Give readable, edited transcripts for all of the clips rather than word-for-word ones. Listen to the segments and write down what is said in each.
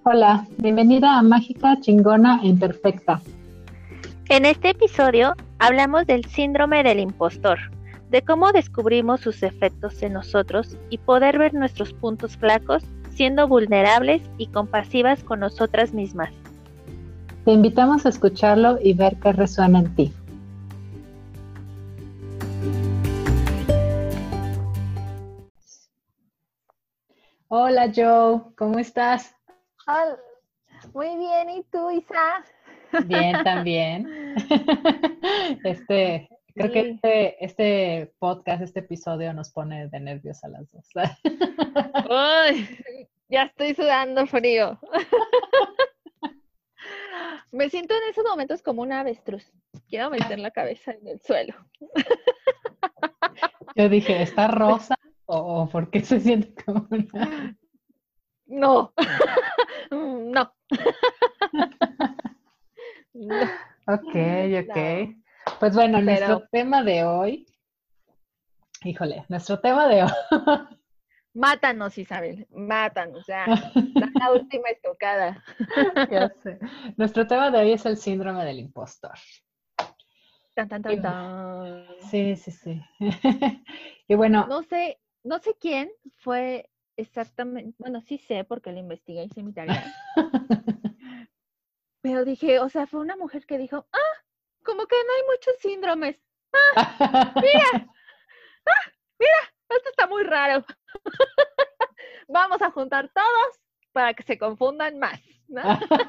Hola, bienvenida a Mágica, Chingona e Imperfecta. En este episodio hablamos del síndrome del impostor, de cómo descubrimos sus efectos en nosotros y poder ver nuestros puntos flacos siendo vulnerables y compasivas con nosotras mismas. Te invitamos a escucharlo y ver qué resuena en ti. Hola Joe, ¿cómo estás? Hola, muy bien, ¿y tú, Isa? Bien, también. Creo que Sí. este podcast, este episodio nos pone de nervios a las dos. Ay, ya estoy sudando frío. Me siento en esos momentos como una avestruz. Quiero meter la cabeza en el suelo. Yo dije, ¿está rosa o por qué se siente como una? No, no, no, Ok, ok. no. Pues bueno, nuestro Pero tema de hoy, nuestro tema de hoy. mátanos, Isabel, mátanos ya. Da la última estocada. Ya sé. Nuestro tema de hoy es el síndrome del impostor. Tan, tan, Y tan, tan. sí, sí, sí. Y bueno, No sé quién fue exactamente, bueno, sí sé porque lo investigué, hice mi tarea, pero dije, o sea, fue una mujer que dijo, como que no hay muchos síndromes. Mira, esto está muy raro. Vamos a juntar todos para que se confundan más, ¿no?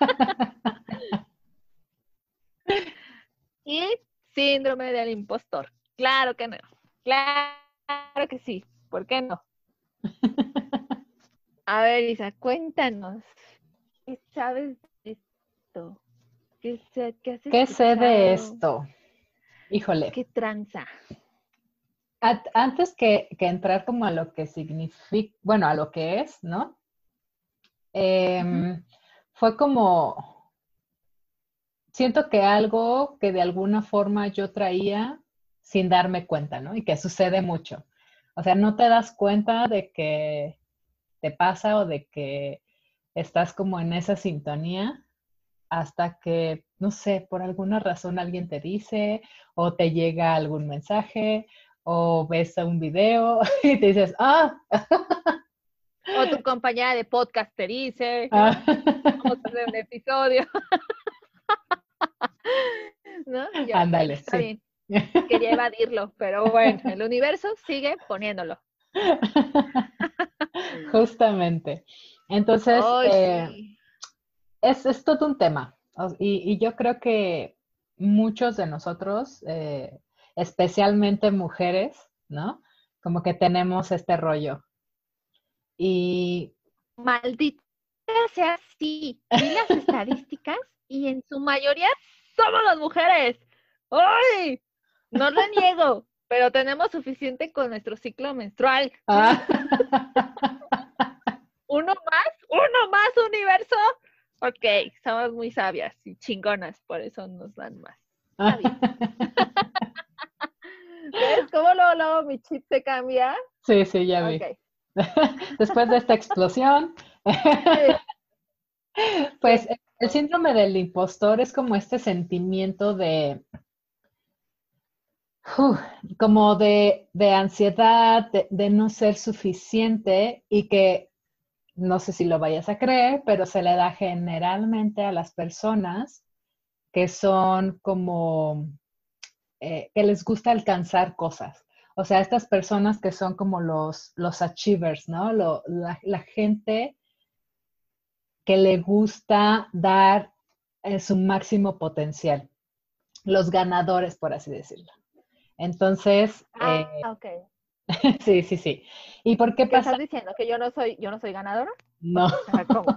Y síndrome del impostor. Claro que no. Claro que sí. ¿Por qué no? A ver, Isa, cuéntanos. ¿Qué sabes de esto? ¿Qué has ¿qué sé de escuchado? esto? Híjole, ¿Qué tranza? antes que entrar como a lo que significa, bueno, a lo que es, ¿no? Ujú. Fue como, siento que algo que de alguna forma yo traía sin darme cuenta, ¿no? Y que sucede mucho. O sea, no te das cuenta de que te pasa o de que estás como en esa sintonía hasta que, no sé, por alguna razón alguien te dice o te llega algún mensaje o ves un video y te dices, O tu compañera de podcast te dice, ¿no? ah, Vamos a hacer un episodio, ¿no? Y yo, bueno, ándale, está sí. bien. Quería evadirlo, pero bueno, el universo sigue poniéndolo. Justamente. Entonces, Ay, sí. es todo un tema. Y yo creo que muchos de nosotros, especialmente mujeres, ¿no? Como que tenemos este rollo. Y Maldita sea así. Vi las estadísticas y en su mayoría somos las mujeres. ¡Ay! No lo niego, pero tenemos suficiente con nuestro ciclo menstrual. ah, Uno más, universo. Ok, somos muy sabias y chingonas, por eso nos dan más. Está bien. ¿Ves cómo luego mi chip se cambia? sí, sí, ya vi. Ok. Después de esta explosión, Sí, pues sí. el síndrome del impostor es como este sentimiento de, uf, como de ansiedad, de no ser suficiente y que no sé si lo vayas a creer, pero se le da generalmente a las personas que son como, que les gusta alcanzar cosas. O sea, estas personas que son como los achievers, ¿no? La gente que le gusta dar su máximo potencial, los ganadores, por así decirlo. Entonces, Ok. sí, sí, sí. ¿Y por qué ¿Qué pasa? estás diciendo? ¿Que yo no soy ganadora? No, ¿Cómo?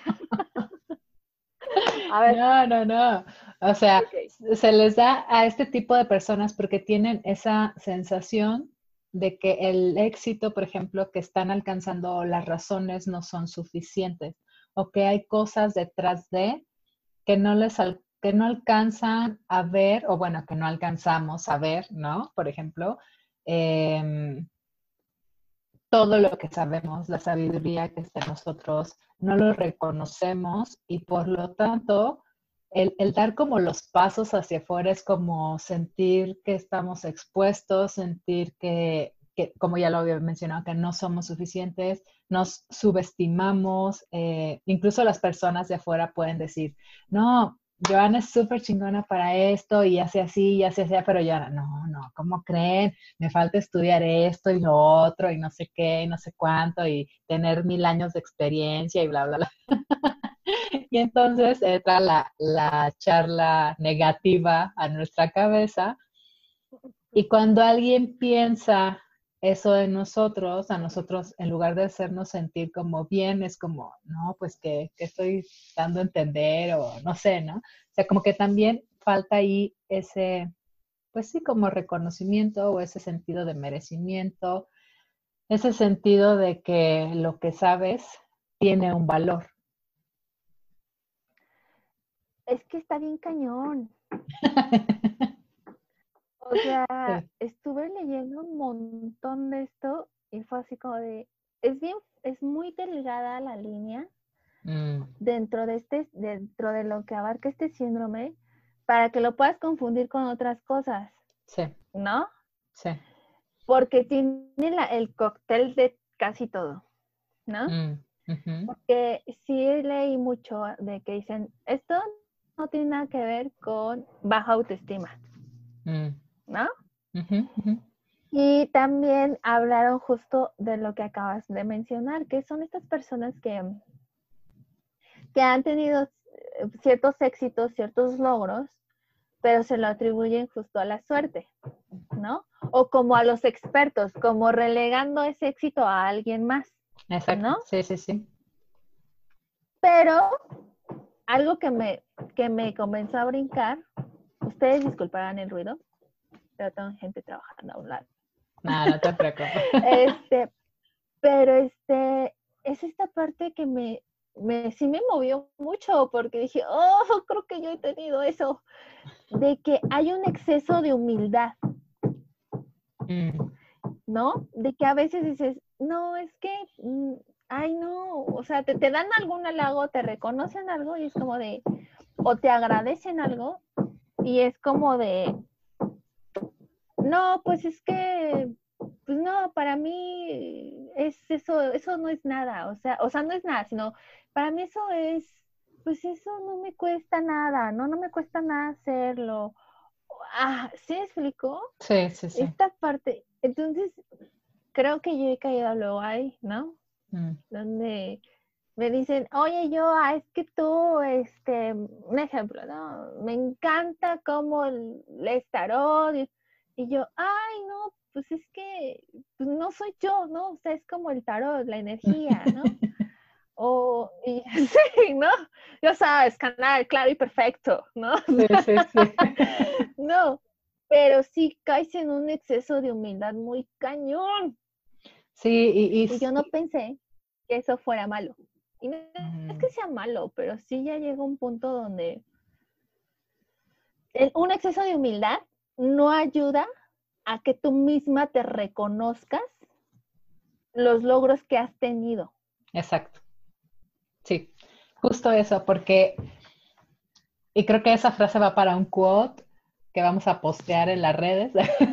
A ver, no, no, no. O sea, ok. se les da a este tipo de personas porque tienen esa sensación de que el éxito, por ejemplo, que están alcanzando, las razones no son suficientes o que hay cosas detrás de que que no alcanzan a ver, o bueno, que no alcanzamos a ver, ¿no? Por ejemplo, em, todo lo que sabemos, la sabiduría que está en nosotros, no lo reconocemos y por lo tanto el dar como los pasos hacia afuera es como sentir que estamos expuestos, sentir como ya lo había mencionado, que no somos suficientes, nos subestimamos, incluso las personas de afuera pueden decir, no, Joana es súper chingona para esto y hace así y hace así, pero Joana, no, ¿cómo creen? Me falta estudiar esto y lo otro y no sé qué y no sé cuánto y tener 1000 años de experiencia y bla, bla, bla. Y entonces entra la charla negativa a nuestra cabeza y cuando alguien piensa eso de nosotros, a nosotros, en lugar de hacernos sentir como bien, es como, no, pues que estoy dando a entender o no sé, ¿no? O sea, como que también falta ahí ese, pues sí, como reconocimiento o ese sentido de merecimiento, ese sentido de que lo que sabes tiene un valor. Es que está bien cañón. O sea, Sí. estuve leyendo un montón de esto y fue así como de, es muy delgada la línea Mm, dentro de lo que abarca este síndrome para que lo puedas confundir con otras cosas, sí, ¿no? sí. Porque tiene el cóctel de casi todo, ¿no? Mm, ujú, Porque sí leí mucho de que dicen, esto no tiene nada que ver con baja autoestima, mm, ¿no? ujú, ujú, Y también hablaron justo de lo que acabas de mencionar, que son estas personas que han tenido ciertos éxitos, ciertos logros, pero se lo atribuyen justo a la suerte, ¿no? O como a los expertos, como relegando ese éxito a alguien más, exacto, ¿no? sí, sí, sí. Pero algo que me comenzó a brincar, ustedes disculparán el ruido, pero tengo gente trabajando a un lado. Nada, no te preocupes. Este, pero es esta parte que sí me movió mucho porque dije, oh, creo que yo he tenido eso, de que hay un exceso de humildad, Mm, ¿no? De que a veces dices, no, es que, ay, no, o sea, te dan algún halago, te reconocen algo y es como de, o te agradecen algo y es como de, no, pues es que, pues no, para mí es eso no es nada, o sea, no es nada, sino para mí eso es, pues eso no me cuesta nada, no me cuesta nada hacerlo. Ah, ¿sí me explicó? sí, sí, sí. Esta parte, entonces creo que yo he caído luego ahí, ¿no? Mm, Donde me dicen, oye, yo, es que tú, un ejemplo, ¿no? Me encanta cómo lees tarot. Y yo, ay, no, pues es que pues no soy yo, ¿no? O sea, es como el tarot, la energía, ¿no? O, y sí, ¿no? Ya sabes, canal claro y perfecto, ¿no? sí, sí, sí. No, pero sí caes en un exceso de humildad muy cañón. Sí, Y yo no pensé que eso fuera malo. Y no es mm, que sea malo, pero sí ya llega un punto donde un exceso de humildad no ayuda a que tú misma te reconozcas los logros que has tenido. exacto. Sí, justo eso, porque, y creo que esa frase va para un quote que vamos a postear en las redes.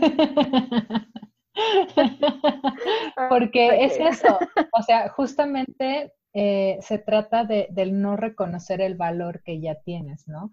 Porque es Ok. eso, o sea, justamente se trata del no reconocer el valor que ya tienes, ¿no?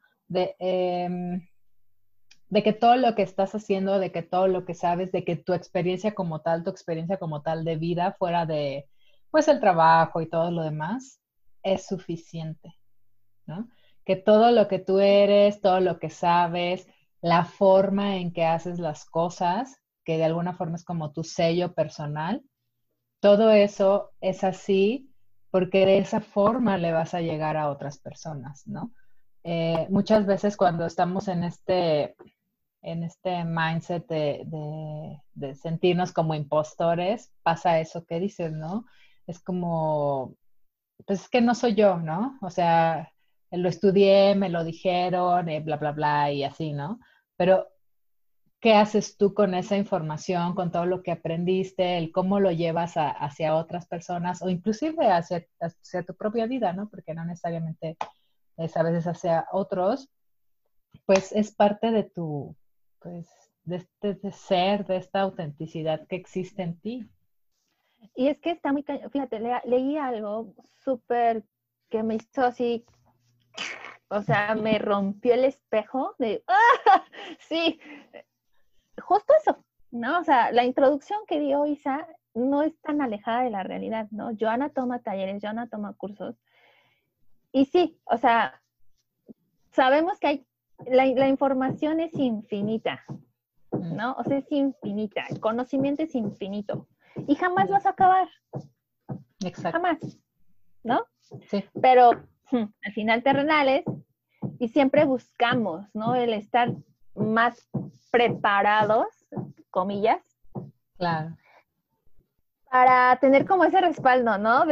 De que todo lo que estás haciendo, de que todo lo que sabes, de que tu experiencia como tal, tu experiencia como tal de vida, fuera de, pues, el trabajo y todo lo demás, es suficiente, ¿no? Que todo lo que tú eres, todo lo que sabes, la forma en que haces las cosas, que de alguna forma es como tu sello personal, todo eso es así porque de esa forma le vas a llegar a otras personas, ¿no? Muchas veces cuando estamos en este mindset de sentirnos como impostores, pasa eso que dices, ¿no? Es como, pues es que no soy yo, ¿no? O sea, lo estudié, me lo dijeron, bla, bla, bla, y así, ¿no? Pero qué haces tú con esa información, con todo lo que aprendiste, el cómo lo llevas hacia otras personas o inclusive hacia tu propia vida, ¿no? Porque no necesariamente es a veces hacia otros, pues es parte de tu, pues, de este de ser, de esta autenticidad que existe en ti. Y es que está muy fíjate, leí algo súper que me hizo así, o sea, me rompió el espejo de, ¡ah! Sí, justo eso, ¿no? O sea, la introducción que dio Isa no es tan alejada de la realidad, ¿no? Joana toma talleres, Joana toma cursos. Y sí, o sea, sabemos que hay, la información es infinita, ¿no? O sea, es infinita, el conocimiento es infinito y jamás vas a acabar. Exacto. Jamás, ¿no? Sí. Pero al final terrenales y siempre buscamos, ¿no? El estar más preparados, comillas, Claro. para tener como ese respaldo, ¿no?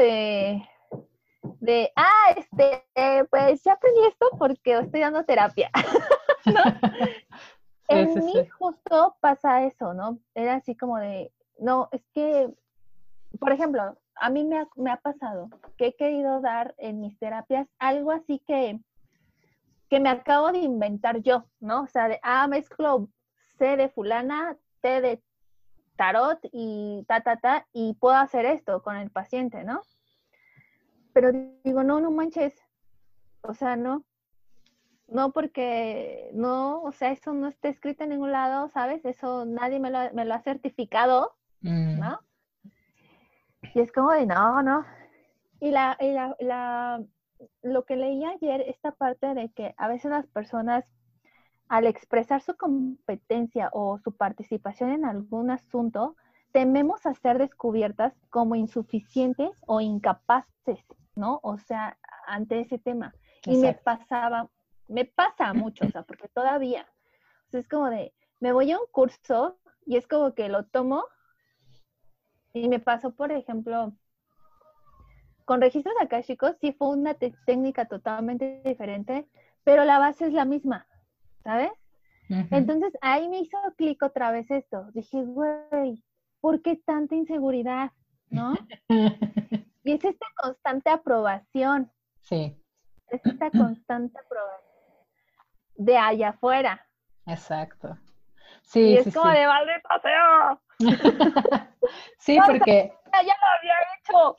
Pues ya aprendí esto porque estoy dando terapia, ¿no? En mí justo pasa eso, ¿no? Era así como de, no, es que, por ejemplo, a mí me ha pasado que he querido dar en mis terapias algo así que me acabo de inventar yo, ¿no? O sea, mezclo C de fulana, T de tarot y y puedo hacer esto con el paciente, ¿no? Pero digo, no manches, o sea, no porque no, o sea, eso no está escrito en ningún lado, ¿sabes? Eso nadie me lo ha certificado, ¿no? Y es como de, no. Y lo que leí ayer, esta parte de que a veces las personas, al expresar su competencia o su participación en algún asunto, tememos a ser descubiertas como insuficientes o incapaces, ¿no? O sea, ante ese tema. Y me pasa mucho, o sea, porque todavía, o sea, es como de, me voy a un curso y es como que lo tomo y me pasó, por ejemplo, con registros akáshicos, sí fue una técnica totalmente diferente, pero la base es la misma, ¿sabes? Entonces ahí me hizo clic otra vez esto. Dije, güey, ¿por qué tanta inseguridad? ¿No? Y es esta constante aprobación. Sí. Es esta constante aprobación de allá afuera. Exacto. Y Sí, es sí, como sí. de maldita sea. Sí, porque... Ya lo había hecho.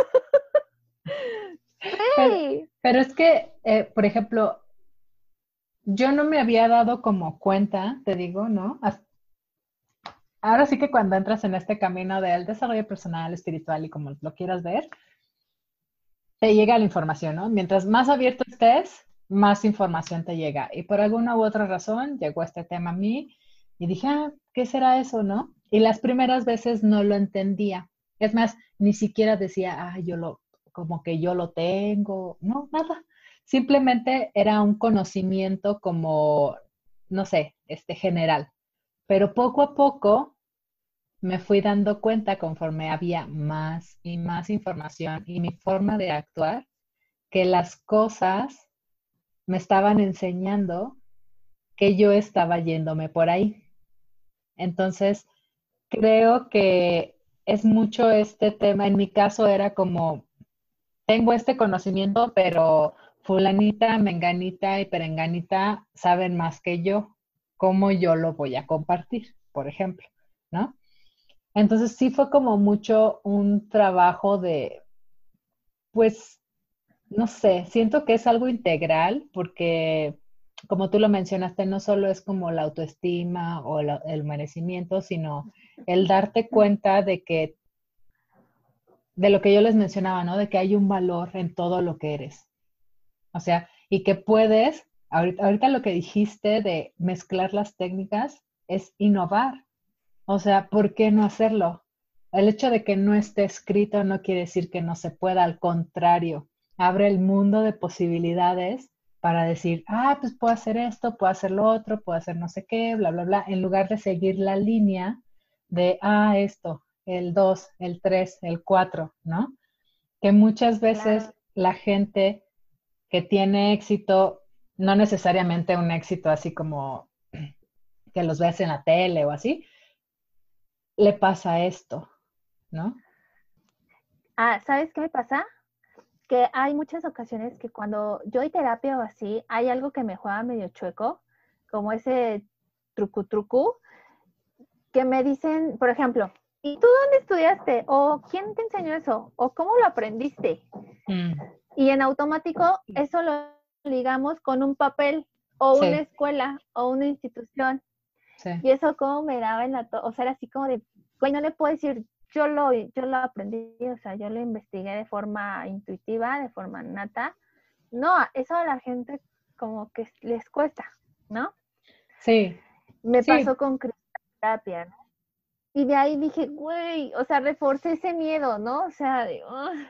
Sí. Pero es que, por ejemplo, yo no me había dado como cuenta, te digo, ¿no? Ahora sí que cuando entras en este camino del desarrollo personal, espiritual y como lo quieras ver, te llega la información, ¿no? Mientras más abierto estés, más información te llega. Y por alguna u otra razón llegó este tema a mí y dije, ¿qué será eso, no? Y las primeras veces no lo entendía. Es más, ni siquiera decía, como que yo lo tengo. No, nada. Simplemente era un conocimiento como, no sé, general. Pero poco a poco me fui dando cuenta conforme había más y más información y mi forma de actuar, que las cosas me estaban enseñando que yo estaba yéndome por ahí. Entonces, creo que es mucho este tema. En mi caso era como, tengo este conocimiento, pero fulanita, menganita y perenganita saben más que yo. ¿Cómo yo lo voy a compartir, por ejemplo? ¿No? Entonces sí fue como mucho un trabajo de, pues, no sé, siento que es algo integral porque, como tú lo mencionaste, no solo es como la autoestima o el merecimiento, sino el darte cuenta de que, de lo que yo les mencionaba, ¿no? De que hay un valor en todo lo que eres. O sea, y que puedes, ahorita lo que dijiste de mezclar las técnicas es innovar. O sea, ¿por qué no hacerlo? El hecho de que no esté escrito no quiere decir que no se pueda, al contrario, abre el mundo de posibilidades para decir, pues puedo hacer esto, puedo hacer lo otro, puedo hacer no sé qué, bla, bla, bla, en lugar de seguir la línea de, esto, el 2, el 3, el 4, ¿no? Que muchas veces Claro. la gente que tiene éxito, no necesariamente un éxito así como que los ves en la tele o así, le pasa esto, ¿no? ¿Sabes qué me pasa? Que hay muchas ocasiones que cuando yo doy terapia o así, hay algo que me juega medio chueco, como ese trucu, que me dicen, por ejemplo, ¿y tú dónde estudiaste? ¿O quién te enseñó eso? ¿O cómo lo aprendiste? Y en automático eso lo ligamos con un papel o una Sí, escuela o una institución. sí. Y eso como me daba en o sea, era así como de, güey, no le puedo decir, yo lo aprendí, o sea, yo lo investigué de forma intuitiva, de forma nata. No, eso a la gente como que les cuesta, ¿no? Sí, Me pasó sí, con crioterapia, ¿no? Y de ahí dije, güey, o sea, reforcé ese miedo, ¿no? O sea, de,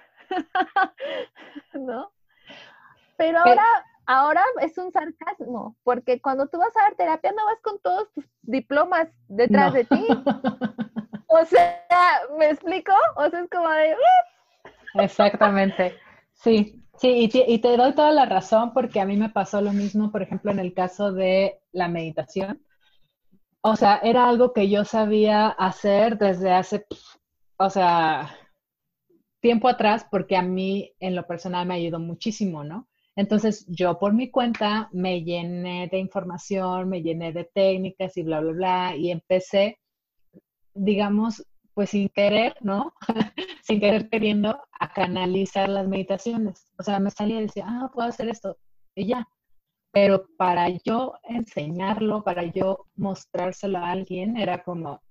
¿no? Pero ahora es un sarcasmo, porque cuando tú vas a dar terapia no vas con todos tus diplomas detrás no. de ti. O sea, ¿me explico? O sea, es como de... Exactamente. Sí, sí, y te doy toda la razón porque a mí me pasó lo mismo, por ejemplo, en el caso de la meditación. O sea, era algo que yo sabía hacer desde hace, o sea, tiempo atrás porque a mí en lo personal me ayudó muchísimo, ¿no? Entonces yo por mi cuenta me llené de información, me llené de técnicas y bla, bla, bla, y empecé, digamos, pues sin querer, ¿no? Sin querer queriendo, a canalizar las meditaciones. O sea, me salía y decía, puedo hacer esto, y ya. Pero para yo enseñarlo, para yo mostrárselo a alguien, era como,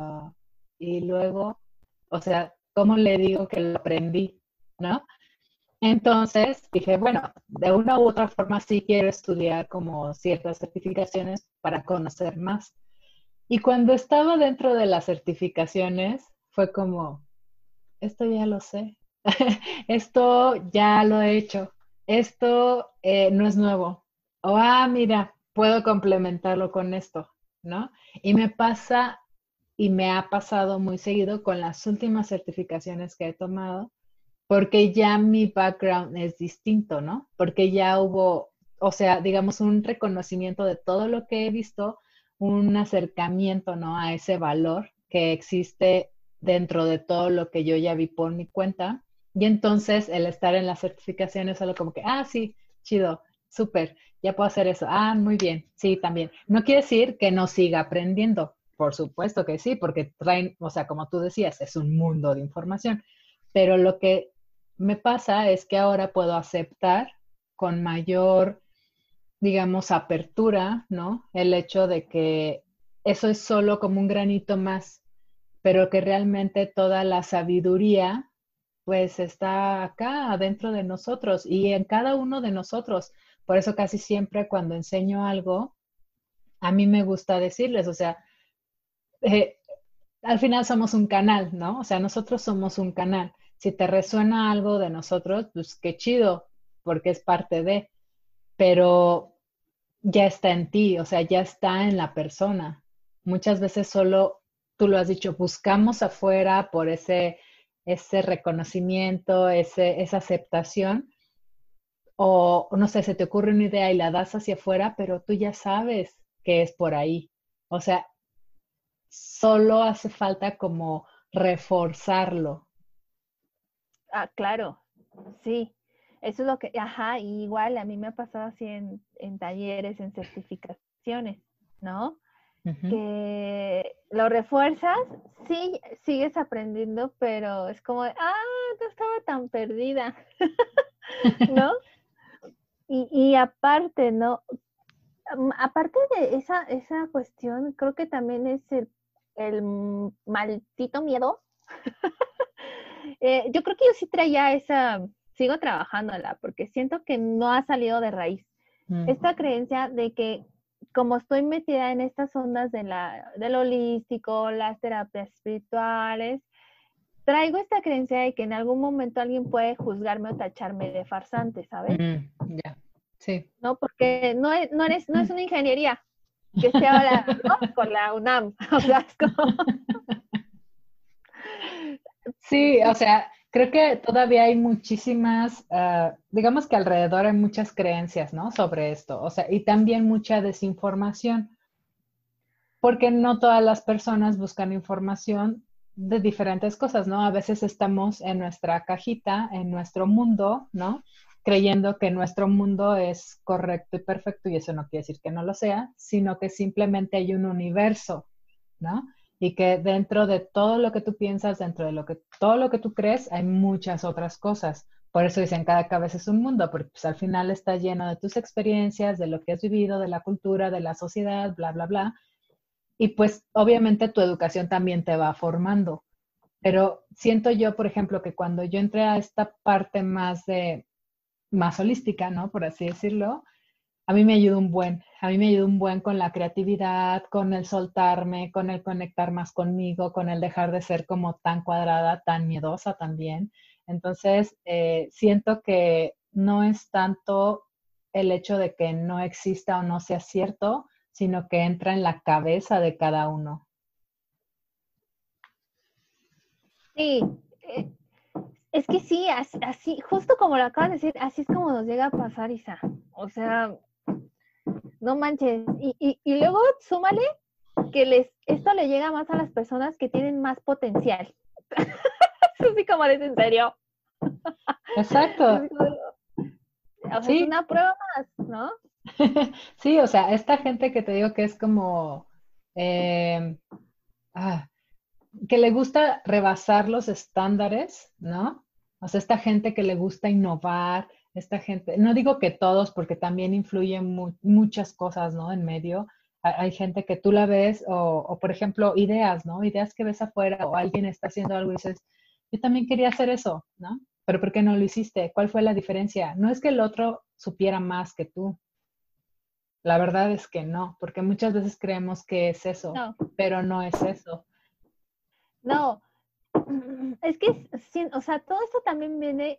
y luego, o sea, ¿cómo le digo que lo aprendí? ¿No? Entonces dije, bueno, de una u otra forma sí quiero estudiar como ciertas certificaciones para conocer más. Y cuando estaba dentro de las certificaciones, fue como, esto ya lo sé, esto ya lo he hecho, esto no es nuevo. O, mira, puedo complementarlo con esto, ¿no? Y me pasa y me ha pasado muy seguido con las últimas certificaciones que he tomado, porque ya mi background es distinto, ¿no? Porque ya hubo, o sea, digamos, un reconocimiento de todo lo que he visto, un acercamiento, ¿no? A ese valor que existe dentro de todo lo que yo ya vi por mi cuenta. Y entonces el estar en las certificaciones solo como que, sí, chido, súper, ya puedo hacer eso. Muy bien, sí, también. No quiere decir que no siga aprendiendo. Por supuesto que sí, porque traen, o sea, como tú decías, es un mundo de información. Pero lo que me pasa es que ahora puedo aceptar con mayor, digamos, apertura, ¿no? El hecho de que eso es solo como un granito más, pero que realmente toda la sabiduría, pues está acá, adentro de nosotros y en cada uno de nosotros. Por eso casi siempre cuando enseño algo, a mí me gusta decirles, o sea, eh, al final somos un canal, ¿no? O sea, nosotros somos un canal. Si te resuena algo de nosotros, pues qué chido, porque es parte de, pero ya está en ti, o sea, ya está en la persona. Muchas veces solo, tú lo has dicho, buscamos afuera por ese reconocimiento, esa aceptación, o no sé, se te ocurre una idea y la das hacia afuera, pero tú ya sabes que es por ahí. O sea, solo hace falta como reforzarlo. Claro, sí. Eso es lo que, igual a mí me ha pasado así en talleres, en certificaciones, ¿no? Ujú. Que lo refuerzas, sí, sigues aprendiendo, pero es como, no estaba tan perdida, ¿no? Y aparte, ¿no? Aparte de esa cuestión, creo que también es el maldito miedo. Yo creo que yo sí traía sigo trabajándola, porque siento que no ha salido de raíz. Mm. Esta creencia de que como estoy metida en estas ondas del holístico, las terapias espirituales, traigo esta creencia de que en algún momento alguien puede juzgarme o tacharme de farsante, ¿sabes? Ya, sí. ¿No? Porque no es una ingeniería que esté ahora, ¿no? Con la UNAM. O sea, es como... Sí, o sea, creo que todavía hay muchísimas, digamos que alrededor hay muchas creencias, ¿no? Sobre esto, o sea, y también mucha desinformación. porque no todas las personas buscan información de diferentes cosas, ¿no? A veces estamos en nuestra cajita, en nuestro mundo, ¿no? Creyendo que nuestro mundo es correcto y perfecto, y eso no quiere decir que no lo sea, sino que simplemente hay un universo, ¿no? Y que dentro de todo lo que tú piensas, dentro de todo lo que tú crees, hay muchas otras cosas. Por eso dicen cada cabeza es un mundo, porque pues, al final está lleno de tus experiencias, de lo que has vivido, de la cultura, de la sociedad, bla, bla, bla. Y pues obviamente tu educación también te va formando. Pero siento yo, por ejemplo, que cuando yo entré a esta parte más holística, ¿no? Por así decirlo, a mí me ayudó a mí me ayudó un buen con la creatividad, con el soltarme, con el conectar más conmigo, con el dejar de ser como tan cuadrada, tan miedosa también. Entonces, siento que no es tanto el hecho de que no exista o no sea cierto, sino que entra en la cabeza de cada uno. Sí, eh, es que sí, así, justo como lo acabas de decir, así es como nos llega a pasar, Isa. O sea, no manches. Y luego súmale que esto le llega más a las personas que tienen más potencial. Así como eres en serio. Exacto. O sea, es Sí, una prueba más, ¿no? sí, o sea, esta gente que te digo que es como, eh, ah, que le gusta rebasar los estándares, ¿no? O sea, esta gente que le gusta innovar, esta gente, no digo que todos, porque también influyen muchas cosas, ¿no? En medio. Hay gente que tú la ves, o por ejemplo, ideas, ¿no? Ideas que ves afuera, o alguien está haciendo algo y dices, yo también quería hacer eso, ¿no? Pero ¿por qué no lo hiciste? ¿Cuál fue la diferencia? No es que el otro supiera más que tú. La verdad es que no, porque muchas veces creemos que es eso, No, pero no es eso. no. Es que, sí, o sea, todo esto también viene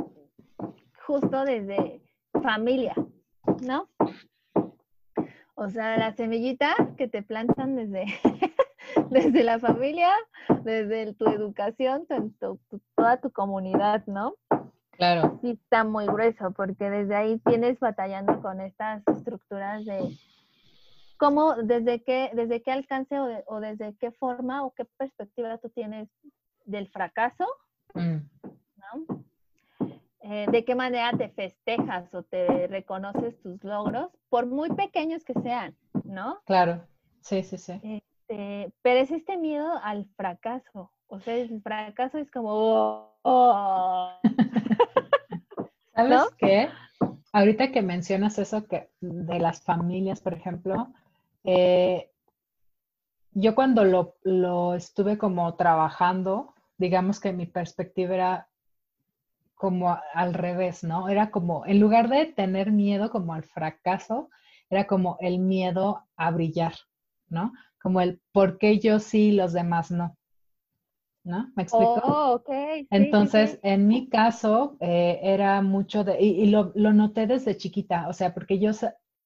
justo desde familia, ¿no? O sea, la semillita que te plantan desde, desde la familia, desde tu educación, toda tu comunidad, ¿no? Claro. Sí está muy grueso, porque desde ahí vienes batallando con estas estructuras de cómo, desde qué alcance o desde qué forma o qué perspectiva tú tienes del fracaso, Mm, ¿no? De qué manera te festejas o te reconoces tus logros, por muy pequeños que sean, ¿no? claro. Sí, sí, sí. Pero es este miedo al fracaso. O sea, el fracaso es como, oh, ¿no? ¿Sabes qué? Ahorita que mencionas eso que de las familias, por ejemplo, eh, yo cuando lo estuve como trabajando, digamos que mi perspectiva era como al revés, ¿no? Era como, en lugar de tener miedo como al fracaso, era como el miedo a brillar, ¿no? Como el por qué yo sí y los demás no, ¿no? ¿Me explico? Oh, ok, sí, sí, Entonces, sí. en mi caso, era mucho y lo noté desde chiquita, o sea, porque yo,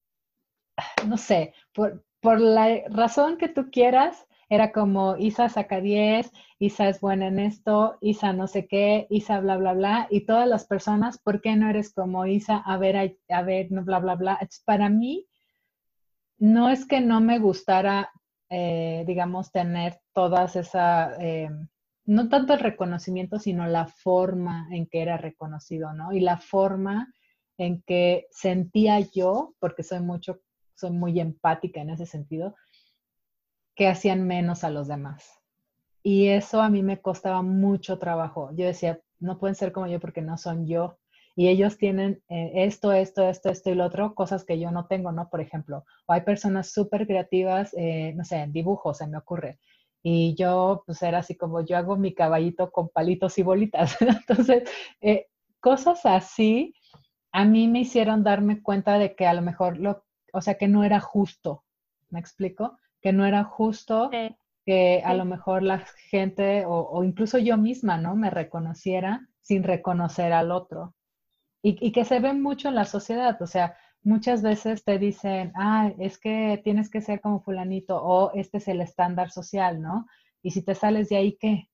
no sé, por la razón que tú quieras, era como Isa saca 10, Isa es buena en esto, Isa no sé qué, Isa bla, bla, bla, y todas las personas, ¿por qué no eres como Isa? A ver, no, bla, bla, bla. Para mí, no es que no me gustara, digamos, tener todas esa, no tanto el reconocimiento, sino la forma en que era reconocido, ¿no? Y la forma en que sentía yo, porque soy muy empática en ese sentido, que hacían menos a los demás. Y eso a mí me costaba mucho trabajo. Yo decía, no pueden ser como yo porque no son yo. Y ellos tienen esto y lo otro, cosas que yo no tengo, ¿no? Por ejemplo, o hay personas súper creativas, no sé, en dibujo se me ocurre. Y yo, pues era así como yo hago mi caballito con palitos y bolitas. Entonces, eh, cosas así a mí me hicieron darme cuenta de que a lo mejor o sea, que no era justo. ¿Me explico? Que no era justo Sí, que a lo sí. mejor la gente o incluso yo misma, ¿no? Me reconociera sin reconocer al otro. Y que se ve mucho en la sociedad, o sea, muchas veces te dicen, ah, es que tienes que ser como fulanito o este es el estándar social, ¿no? Y si te sales de ahí, ¿qué?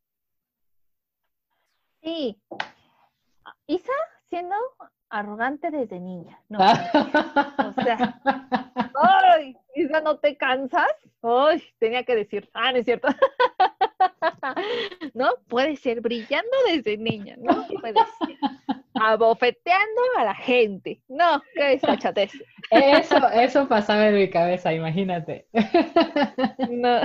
Sí, Isa siendo arrogante desde niña, no, mentira. O sea, ¡ay! ¿Isa, no te cansas? Uy, tenía que decir, no es cierto. No, puede ser brillando desde niña, no puede ser. Abofeteando a la gente. No, qué desfachatez. Eso pasaba en mi cabeza, imagínate. No.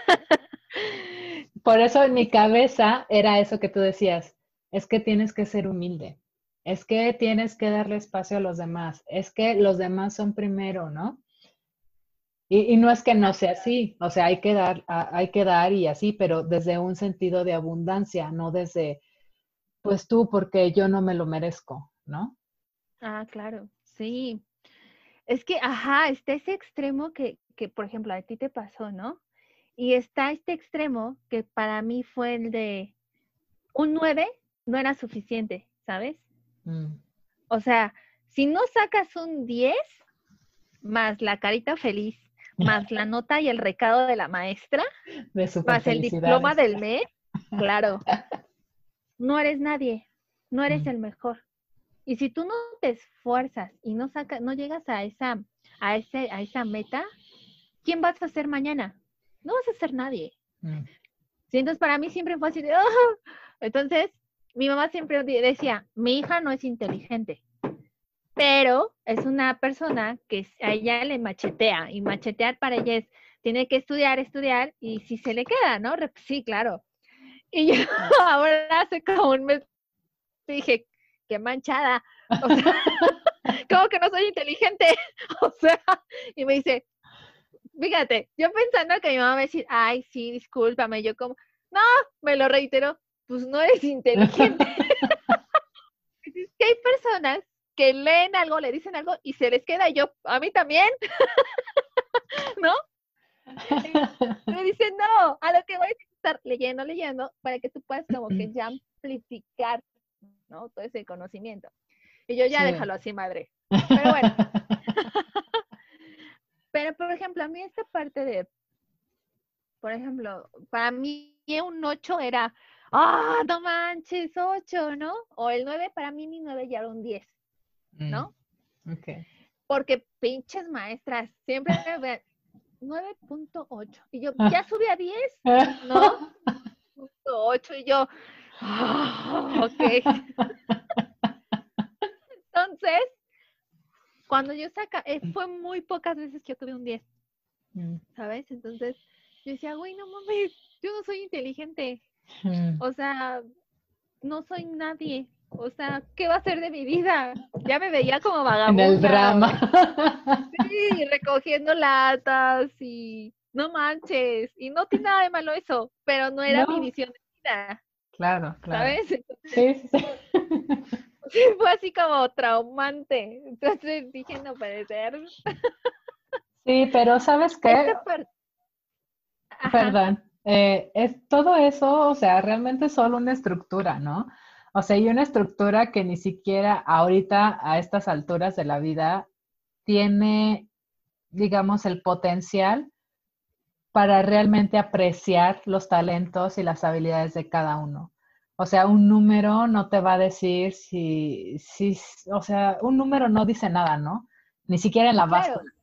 Por eso en mi cabeza era eso que tú decías, es que tienes que ser humilde, es que tienes que darle espacio a los demás, es que los demás son primero, ¿no? Y no es que no sea así, o sea, hay que dar y así, pero desde un sentido de abundancia, no desde, pues tú, porque yo no me lo merezco, ¿no? Claro, sí. Es que, está ese extremo que, por ejemplo, a ti te pasó, ¿no? Y está este extremo que para mí fue el de un 9 no era suficiente, ¿sabes? Mm. O sea, si no sacas un 10 más la carita feliz, más la nota y el recado de la maestra, De super más el diploma felicidades. del mes, claro, no eres nadie, no eres Mm. el mejor. Y si tú no te esfuerzas y no llegas a esa meta, ¿quién vas a ser mañana? No vas a ser nadie. Mm. Sí, entonces para mí siempre fue así de, Entonces, mi mamá siempre decía, mi hija no es inteligente, pero es una persona que a ella le machetea, y machetear para ella es, tiene que estudiar, y si se le queda, ¿no? Sí, claro. Y yo ahora hace como un mes dije, qué manchada, o sea, como que no soy inteligente, o sea, y me dice, fíjate, yo pensando que mi mamá va a decir, ay, sí, discúlpame, yo como, no, me lo reitero, pues no eres inteligente. Es que hay personas que leen algo, le dicen algo y se les queda, y yo, a mí también, ¿no? Me dicen, no, a lo que voy a estar leyendo, para que tú puedas como que ya amplificar, ¿no? Todo ese conocimiento. Y yo ya Sí. déjalo así, madre. Pero bueno, pero por ejemplo, a mí esta parte de, por ejemplo, para mí un 8 era, no manches, 8, ¿no? O el 9, para mí mi 9 ya era un 10, Mm. ¿no? Okay. Porque pinches maestras siempre me ven 9.8 y yo, ¿ya subí a 10? ¿No? 8 y yo, ok. Entonces, cuando yo fue muy pocas veces que yo tuve un 10, Mm. ¿sabes? Entonces, yo decía, güey, no mames, yo no soy inteligente. Mm. O sea, no soy nadie. O sea, ¿qué va a ser de mi vida? Ya me veía como En el vagabunda. drama. Sí, recogiendo latas y no manches. Y no tiene nada de malo eso, pero no era mi No, visión de vida, claro, claro. ¿sabes? Entonces, Sí, sí, sí. sí, fue así como traumante. Entonces dije, no puede ser. Sí, pero ¿sabes qué? Esta parte, ajá, Perdón, es todo eso, o sea, realmente es solo una estructura, ¿no? O sea, y una estructura que ni siquiera ahorita, a estas alturas de la vida, tiene, digamos, el potencial para realmente apreciar los talentos y las habilidades de cada uno. O sea, un número no te va a decir o sea, un número no dice nada, ¿no? Ni siquiera en la claro. báscula.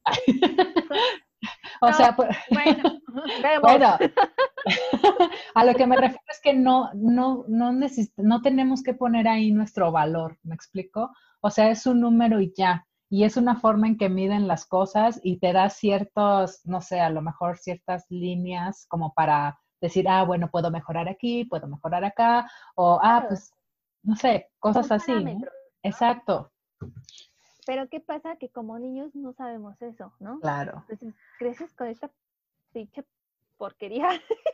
O No, sea, pues, bueno, vemos. bueno, a lo que me refiero es que no tenemos que poner ahí nuestro valor, ¿me explico? O sea, es un número y ya. Y es una forma en que miden las cosas y te da ciertos, no sé, a lo mejor ciertas líneas como para decir, bueno, puedo mejorar aquí, puedo mejorar acá, o, Claro, pues, no sé, como cosas así, ¿no? parámetros. Exacto, Pero ¿qué pasa? Que como niños no sabemos eso, ¿no? claro. Entonces creces con esta pinche porquería.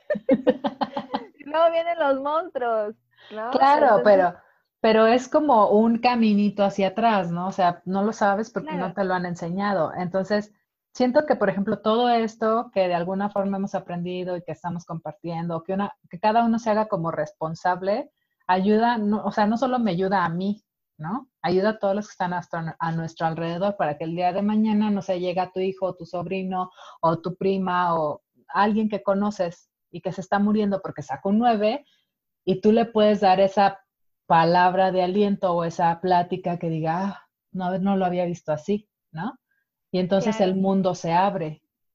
Y luego vienen los monstruos, ¿no? Claro, Entonces, pero es como un caminito hacia atrás, ¿no? O sea, no lo sabes porque no claro, te lo han enseñado. Entonces, siento que, por ejemplo, todo esto que de alguna forma hemos aprendido y que estamos compartiendo, que cada uno se haga como responsable, ayuda, no, o sea, no solo me ayuda a mí, ¿no? Ayuda a todos los que están a nuestro alrededor para que el día de mañana, no sé, llega tu hijo, o tu sobrino, o tu prima, o alguien que conoces y que se está muriendo porque sacó un 9 y tú le puedes dar esa palabra de aliento o esa plática que diga, no lo había visto así, ¿no? Y entonces el claro. mundo se abre.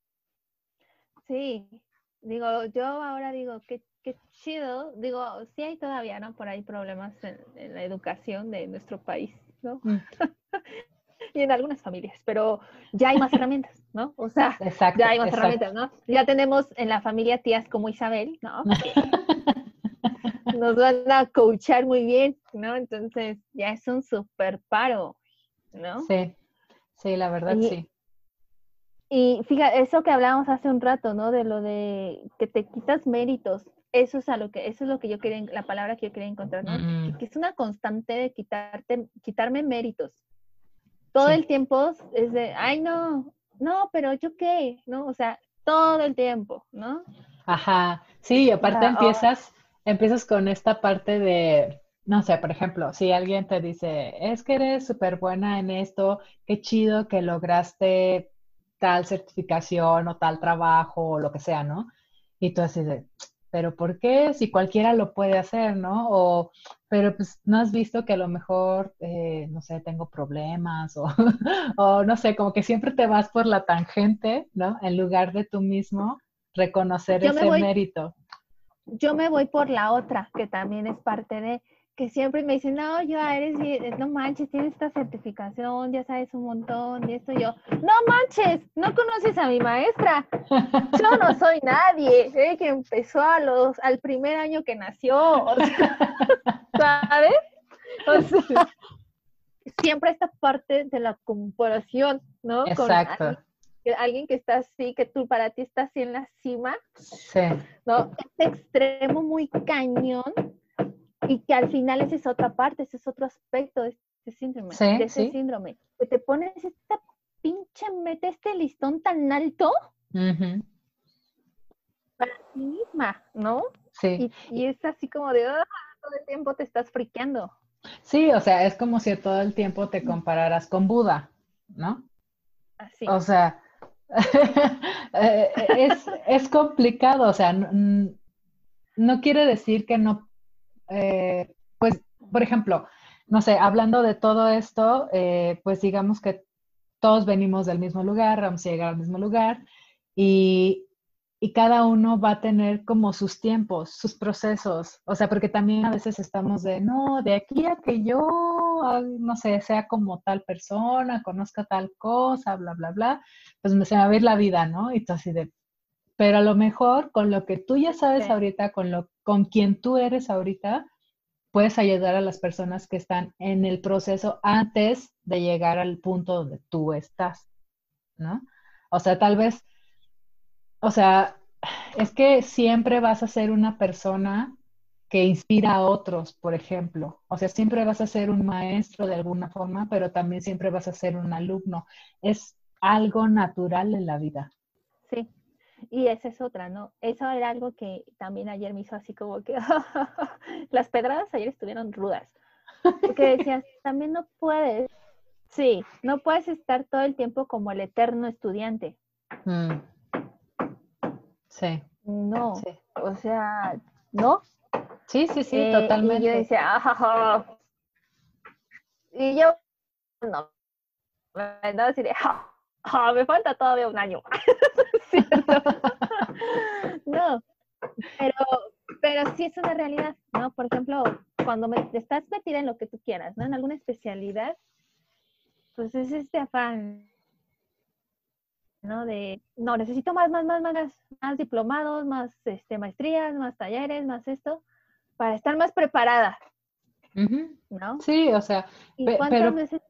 Sí, digo, yo ahora digo, qué chido, digo, sí hay todavía, ¿no? Por ahí problemas en la educación de nuestro país, ¿no? Mm, Y en algunas familias, pero ya hay más herramientas, ¿no? O sea, ya exacto, hay más exacto. herramientas, ¿no? Ya tenemos en la familia tías como Isabel, ¿no? Que nos van a coachar muy bien, ¿no? Entonces ya es un super paro, ¿no? Sí, sí, la verdad Y, sí. y fíjate, eso que hablábamos hace un rato, ¿no? De lo de que te quitas méritos. Eso es lo que yo quería, la palabra que yo quería encontrar, ¿no? Mm, Que es una constante de quitarme méritos. Todo sí, el tiempo es de, ay, no, no, pero yo qué, ¿no? O sea, todo el tiempo, ¿no? ajá. Sí, y O aparte sea, empiezas con esta parte de, no sé, por ejemplo, si alguien te dice, es que eres súper buena en esto, qué chido que lograste tal certificación o tal trabajo o lo que sea, ¿no? Y tú así de, pero ¿por qué? Si cualquiera lo puede hacer, ¿no? O, pero pues no has visto que a lo mejor, no sé, tengo problemas o, o no sé, como que siempre te vas por la tangente, ¿no? En lugar de tú mismo reconocer yo me ese voy mérito. yo me voy por la otra, que también es parte de, que siempre me dicen, no, yo eres, no manches, tienes esta certificación, ya sabes un montón, y esto yo, no manches, no conoces a mi maestra, yo no soy nadie, que empezó al primer año que nació, o sea, ¿sabes? O Sí, sea, siempre esta parte de la comparación, ¿no? Con exacto. alguien que está así, que tú para ti estás así en la cima, Sí, ¿no? Este extremo muy cañón y que al final esa es otra parte, ese es otro aspecto de sí, ese sí. síndrome, que te pones esta pinche meta, este listón tan alto Ujú, para ti misma, ¿no? sí. Y es así como de, todo el tiempo te estás friqueando. Sí, o sea, es como si todo el tiempo te compararas con Buda, ¿no? Así. O sea, es complicado, o sea, no quiere decir que no, pues, por ejemplo, no sé, hablando de todo esto, pues digamos que todos venimos del mismo lugar, vamos a llegar al mismo lugar y, y cada uno va a tener como sus tiempos, sus procesos, o sea, porque también a veces estamos de, no, de aquí a que yo, no sé, sea como tal persona, conozca tal cosa, bla, bla, bla, pues se me va a ir la vida, ¿no? Y tú así de, pero a lo mejor con lo que tú ya sabes Sí, ahorita, con quien tú eres ahorita, puedes ayudar a las personas que están en el proceso antes de llegar al punto donde tú estás, ¿no? O sea, tal vez, o sea, es que siempre vas a ser una persona que inspira a otros, por ejemplo. O sea, siempre vas a ser un maestro de alguna forma, pero también siempre vas a ser un alumno. Es algo natural en la vida. sí. Y esa es otra, ¿no? Eso era algo que también ayer me hizo así como que las pedradas ayer estuvieron rudas. Porque decías, también no puedes, sí, no puedes estar todo el tiempo como el eterno estudiante. Mm, sí, No, sí. o sea, no. Sí, sí, sí, Y yo totalmente. decía, ajaja. Y yo, no, no así de, ja, ja, me falta todavía un año. ¿Cierto? No, pero, pero sí es una realidad, ¿no? Por ejemplo, cuando estás metida en lo que tú quieras, ¿no? En alguna especialidad, pues es este afán, ¿no? De, no, necesito más diplomados, más maestrías, más talleres, más esto, para estar más preparada, Ujú. ¿no? Sí, o sea, ¿Y cuántas pero, veces,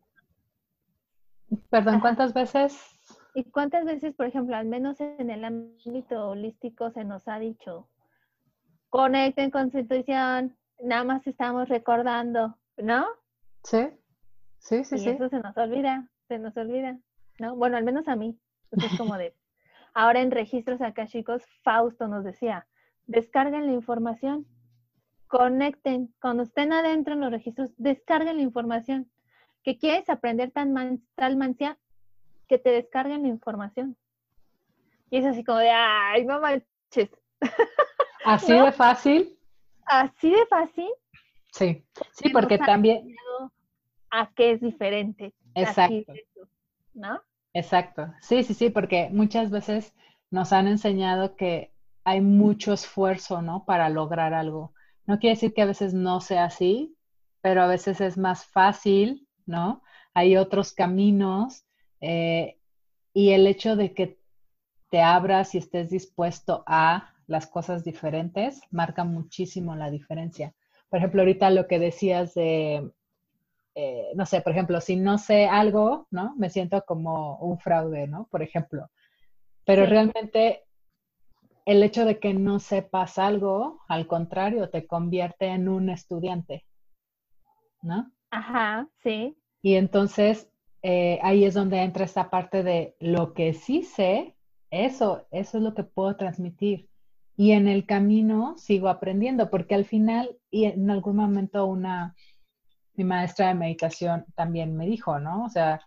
perdón, ajá, ¿cuántas veces? y cuántas veces, por ejemplo, al menos en el ámbito holístico se nos ha dicho, conecten con su intuición, nada más estamos recordando, ¿no? Sí, sí, sí, Y sí. eso se nos olvida, ¿no? Bueno, al menos a mí. Entonces es como de, ahora en registros acá, chicos, Fausto nos decía, descarguen la información, conecten, cuando estén adentro en los registros, descarguen la información. Que quieres aprender tal mancia, que te descarguen la información. Y es así como de, ay, no manches, Así ¿no? de fácil. Así de fácil Sí, sí, que nos porque ha también, enseñado a que es diferente. Así exacto, es eso, ¿no? exacto. Sí, sí, sí, porque muchas veces nos han enseñado que hay mucho esfuerzo, ¿no? Para lograr algo. No quiere decir que a veces no sea así, pero a veces es más fácil, ¿no? Hay otros caminos y el hecho de que te abras y estés dispuesto a las cosas diferentes marca muchísimo la diferencia. Por ejemplo, ahorita lo que decías de, no sé, por ejemplo, si no sé algo, ¿no? Me siento como un fraude, ¿no? Por ejemplo. Pero Sí. realmente el hecho de que no sepas algo, al contrario, te convierte en un estudiante, ¿no? Ajá, sí. Y entonces ahí es donde entra esta parte de lo que sí sé, eso es lo que puedo transmitir. Y en el camino sigo aprendiendo, porque al final, y en algún momento mi maestra de meditación también me dijo, ¿no? O sea,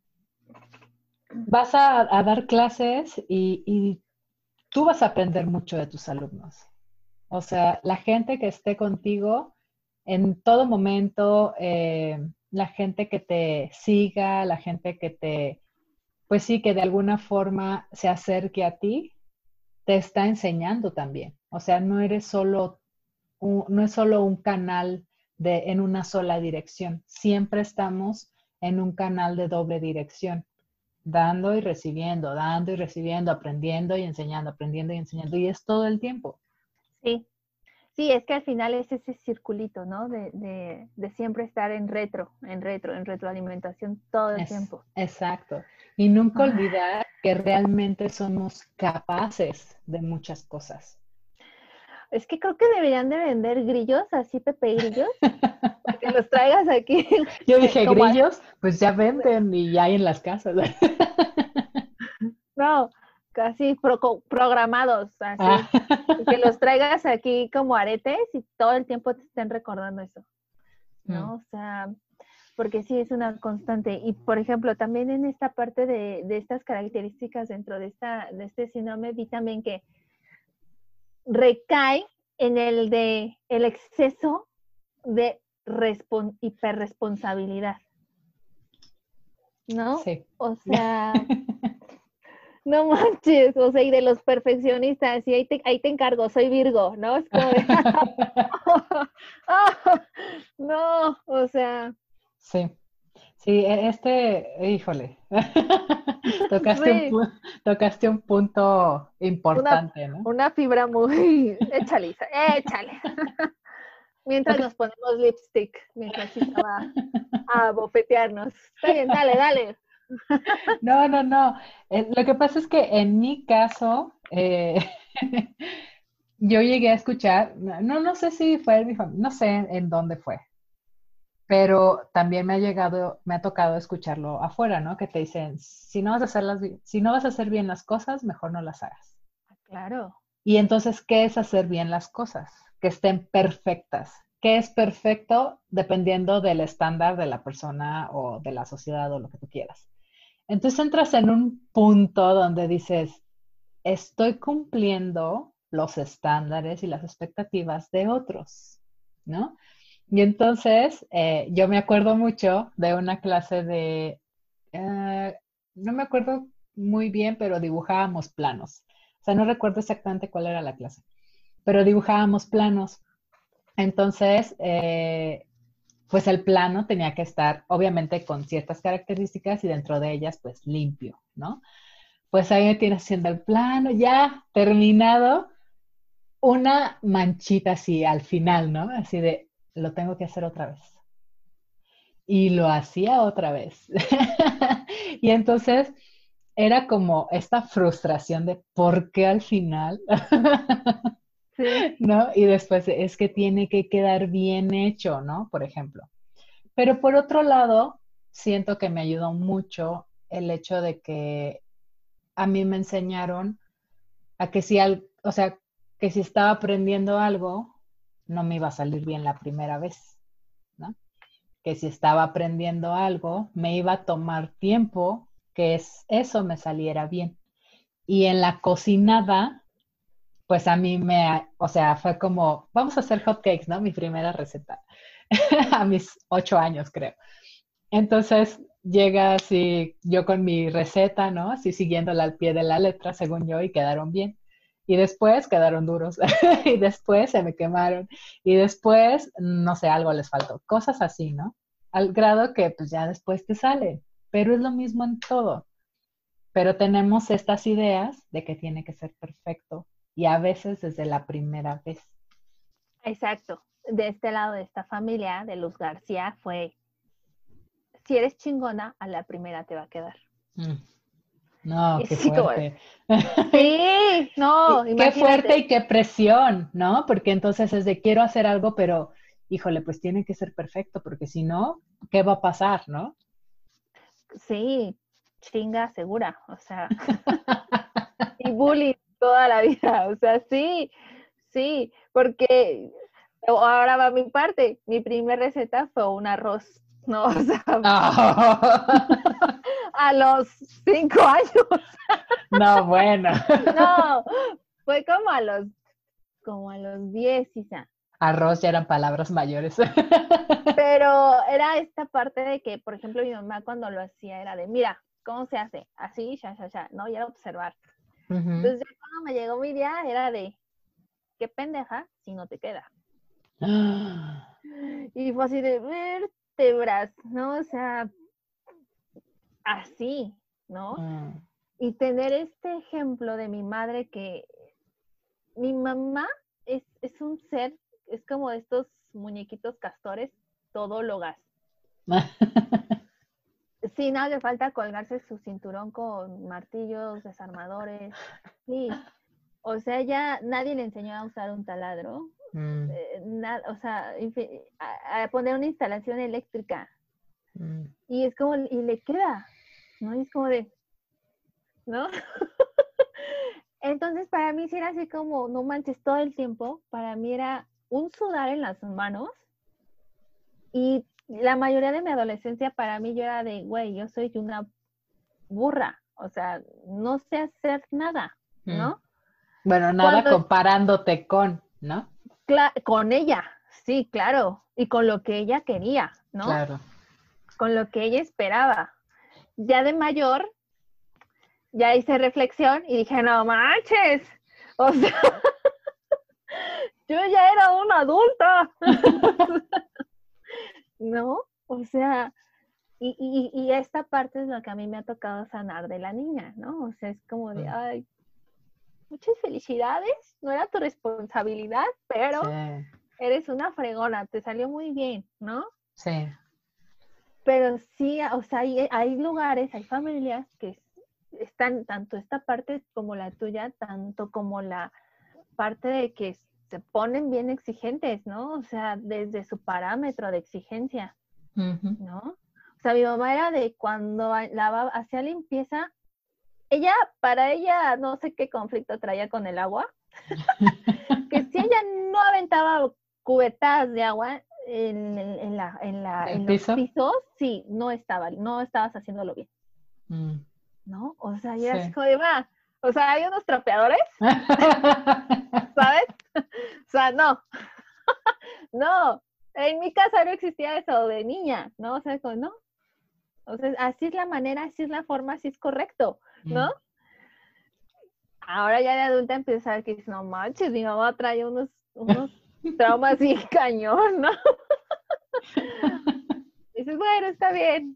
vas a dar clases y tú vas a aprender mucho de tus alumnos. O sea, la gente que esté contigo en todo momento, la gente que te siga, la gente que te, pues sí, que de alguna forma se acerque a ti, te está enseñando también. O sea, no es solo un canal en una sola dirección. Siempre estamos en un canal de doble dirección, dando y recibiendo, aprendiendo y enseñando. Y es todo el tiempo. Sí, sí, es que al final es ese circulito, ¿no? De siempre estar en retroalimentación todo el Es, tiempo. exacto. Y nunca Ah, olvidar que realmente somos capaces de muchas cosas. es que creo que deberían de vender grillos, así Pepe Grillos, que los traigas aquí Yo dije, como, grillos, pues ya venden y ya hay en las casas. no, casi programados, Ah. así. Y que los traigas aquí como aretes y todo el tiempo te estén recordando eso, Mm, ¿no? O sea, porque sí es una constante. Y por ejemplo, también en esta parte de estas características dentro de este síndrome, vi también que recae en el exceso de hiperresponsabilidad, ¿no? sí. O sea, no manches, o sea, y de los perfeccionistas, y ahí te encargo, soy Virgo, ¿no? Es como de, no, o sea, Sí, sí, híjole, sí, tocaste un punto una, importante, ¿no? una fibra muy, échale, Isa, échale. Mientras Toca- nos ponemos lipstick, mientras Isa va a bofetearnos. Está bien, dale, dale. No, no, no. Lo que pasa es que en mi caso, yo llegué a escuchar, no sé si fue en mi familia, no sé en dónde fue, pero también me ha tocado escucharlo afuera, ¿no? Que te dicen, si no vas a hacer bien las cosas, mejor no las hagas. Claro, Y entonces, ¿qué es hacer bien las cosas? Que estén perfectas. ¿Qué es perfecto? Dependiendo del estándar de la persona o de la sociedad o lo que tú quieras. Entonces entras en un punto donde dices, estoy cumpliendo los estándares y las expectativas de otros, ¿no? Y entonces yo me acuerdo mucho de una clase no me acuerdo muy bien, pero dibujábamos planos. O sea, no recuerdo exactamente cuál era la clase, pero dibujábamos planos. Entonces, pues el plano tenía que estar obviamente con ciertas características y dentro de ellas, pues limpio, ¿no? Pues ahí me tienes haciendo el plano, ya terminado, una manchita así al final, ¿no? Así de, lo tengo que hacer otra vez. Y lo hacía otra vez. Y entonces era como esta frustración de por qué al final, sí, ¿no? Y después es que tiene que quedar bien hecho, ¿no? Por ejemplo. Pero por otro lado, siento que me ayudó mucho el hecho de que a mí me enseñaron a que o sea, que si estaba aprendiendo algo, no me iba a salir bien la primera vez, ¿no? Que si estaba aprendiendo algo, me iba a tomar tiempo que eso me saliera bien. Y en la cocinada, pues a mí o sea, fue como, vamos a hacer hot cakes, ¿no? Mi primera receta, a mis 8 años, creo. Entonces, llega así, yo con mi receta, ¿no? Así siguiéndola al pie de la letra, según yo, y quedaron bien. Y después quedaron duros, y después se me quemaron, y después, no sé, algo les faltó. Cosas así, ¿no? Al grado que pues ya después te sale, pero es lo mismo en todo. Pero tenemos estas ideas de que tiene que ser perfecto, y a veces desde la primera vez. Exacto. De este lado de esta familia, de los García, fue, si eres chingona, a la primera te va a quedar. Mm. No, Y qué sí, como, fuerte. sí, no, Qué fuerte imagínate. y qué presión, ¿no? Porque entonces es de quiero hacer algo, pero híjole, pues tiene que ser perfecto, porque si no, ¿qué va a pasar, no? Sí, chinga segura, o sea, y bullying toda la vida, o sea, sí, sí, porque ahora va mi parte, mi primer receta fue un arroz, no, o sea, a los 5 años, No, bueno. no, fue como a los 10 quizá, Arroz ya eran palabras mayores. pero era esta parte de que, por ejemplo, mi mamá cuando lo hacía era de, mira, ¿cómo se hace? Así, ya, ¿no? Y era observar. Ujú. Entonces, ya cuando me llegó mi día, era de, qué pendeja si no te queda. Y fue así de vértebras, ¿no? O sea, así, ¿no? Mm. Y tener este ejemplo de mi madre que mi mamá es un ser, es como de estos muñequitos castores, todólogas. Sí, nada le falta colgarse su cinturón con martillos, desarmadores. Sí, o sea, ya nadie le enseñó a usar un taladro, Mm, o sea, a poner una instalación eléctrica. mm. Y es como, y le queda, ¿no? Y es como de, ¿no? Entonces, para mí sí era así como, no manches, todo el tiempo, para mí era un sudar en las manos. Y la mayoría de mi adolescencia, para mí, yo era de, güey, yo soy una burra, o sea, no sé hacer nada, Mm. ¿no? Bueno, nada Cuando comparándote con, ¿no? con ella, sí, claro, y con lo que ella quería, ¿no? Claro. Con lo que ella esperaba. Ya de mayor, ya hice reflexión y dije, no manches, o sea, yo ya era una adulta, ¿no? O sea, y esta parte es lo que a mí me ha tocado sanar de la niña, ¿no? O sea, es como de, Mm. ay, muchas felicidades, no era tu responsabilidad, pero Sí, eres una fregona, te salió muy bien, ¿no? sí. Pero sí, o sea, hay lugares, hay familias que están, tanto esta parte como la tuya, tanto como la parte de que se ponen bien exigentes, ¿no? O sea, desde su parámetro de exigencia, Ujú. ¿no? O sea, mi mamá era de cuando hacía limpieza, para ella, no sé qué conflicto traía con el agua, que si ella no aventaba cubetas de agua ¿Del en los piso? pisos, sí, no estabas haciéndolo bien, Mm. ¿no? O sea, y era así Sí. como de, va, o sea, hay unos trapeadores, ¿sabes? O sea, no, no, en mi casa no existía eso de niña, ¿no? O sea, como, no, o sea, así es la manera, así es la forma, así es correcto, ¿no? Mm. Ahora ya de adulta empecé a ver que dices, no manches, mi mamá trae unos traumas bien cañón, ¿no? Y dices, bueno, está bien,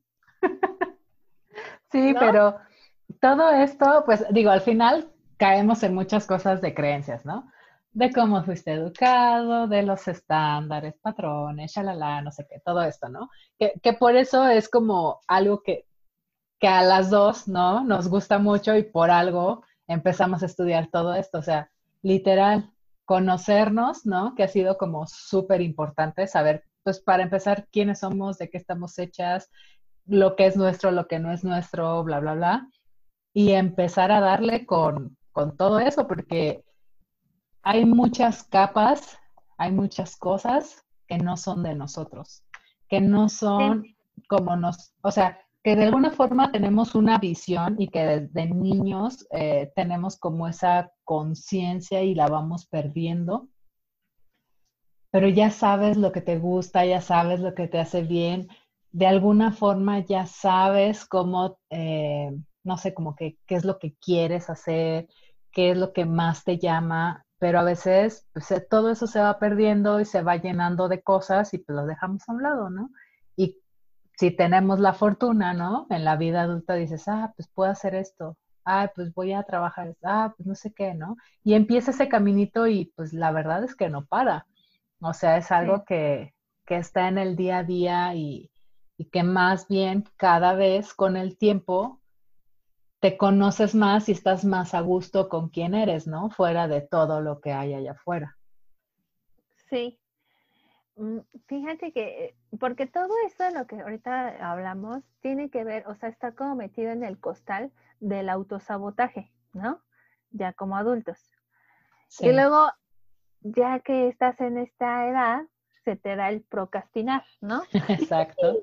Sí, ¿no? pero todo esto, pues digo, al final caemos en muchas cosas de creencias, ¿no? De cómo fuiste educado, de los estándares, patrones, shalala, no sé qué, todo esto, ¿no? Que por eso es como algo que a las dos, ¿no? Nos gusta mucho y por algo empezamos a estudiar todo esto, o sea, literal, conocernos, ¿no? Que ha sido como súper importante saber, pues para empezar, quiénes somos, de qué estamos hechas, lo que es nuestro, lo que no es nuestro, bla, bla, bla, y empezar a darle con todo eso, porque hay muchas capas, hay muchas cosas que no son de nosotros, que no Sí, son como o sea, que de alguna forma tenemos una visión y que desde niños tenemos como esa conciencia y la vamos perdiendo, pero ya sabes lo que te gusta, ya sabes lo que te hace bien, de alguna forma ya sabes cómo, no sé, como que qué es lo que quieres hacer, qué es lo que más te llama, pero a veces pues, todo eso se va perdiendo y se va llenando de cosas y pues lo dejamos a un lado, ¿no? Y si tenemos la fortuna, ¿no? En la vida adulta dices, pues puedo hacer esto, pues voy a trabajar, pues no sé qué, ¿no? Y empieza ese caminito y pues la verdad es que no para. O sea, es Sí. algo que está en el día a día y que más bien cada vez con el tiempo te conoces más y estás más a gusto con quién eres, ¿no? Fuera de todo lo que hay allá afuera. Sí. Fíjate que, porque todo esto de lo que ahorita hablamos tiene que ver, o sea, está como metido en el costal del autosabotaje, ¿no? Ya como adultos. Y Sí, luego, ya que estás en esta edad, se te da el procrastinar, ¿no? exacto.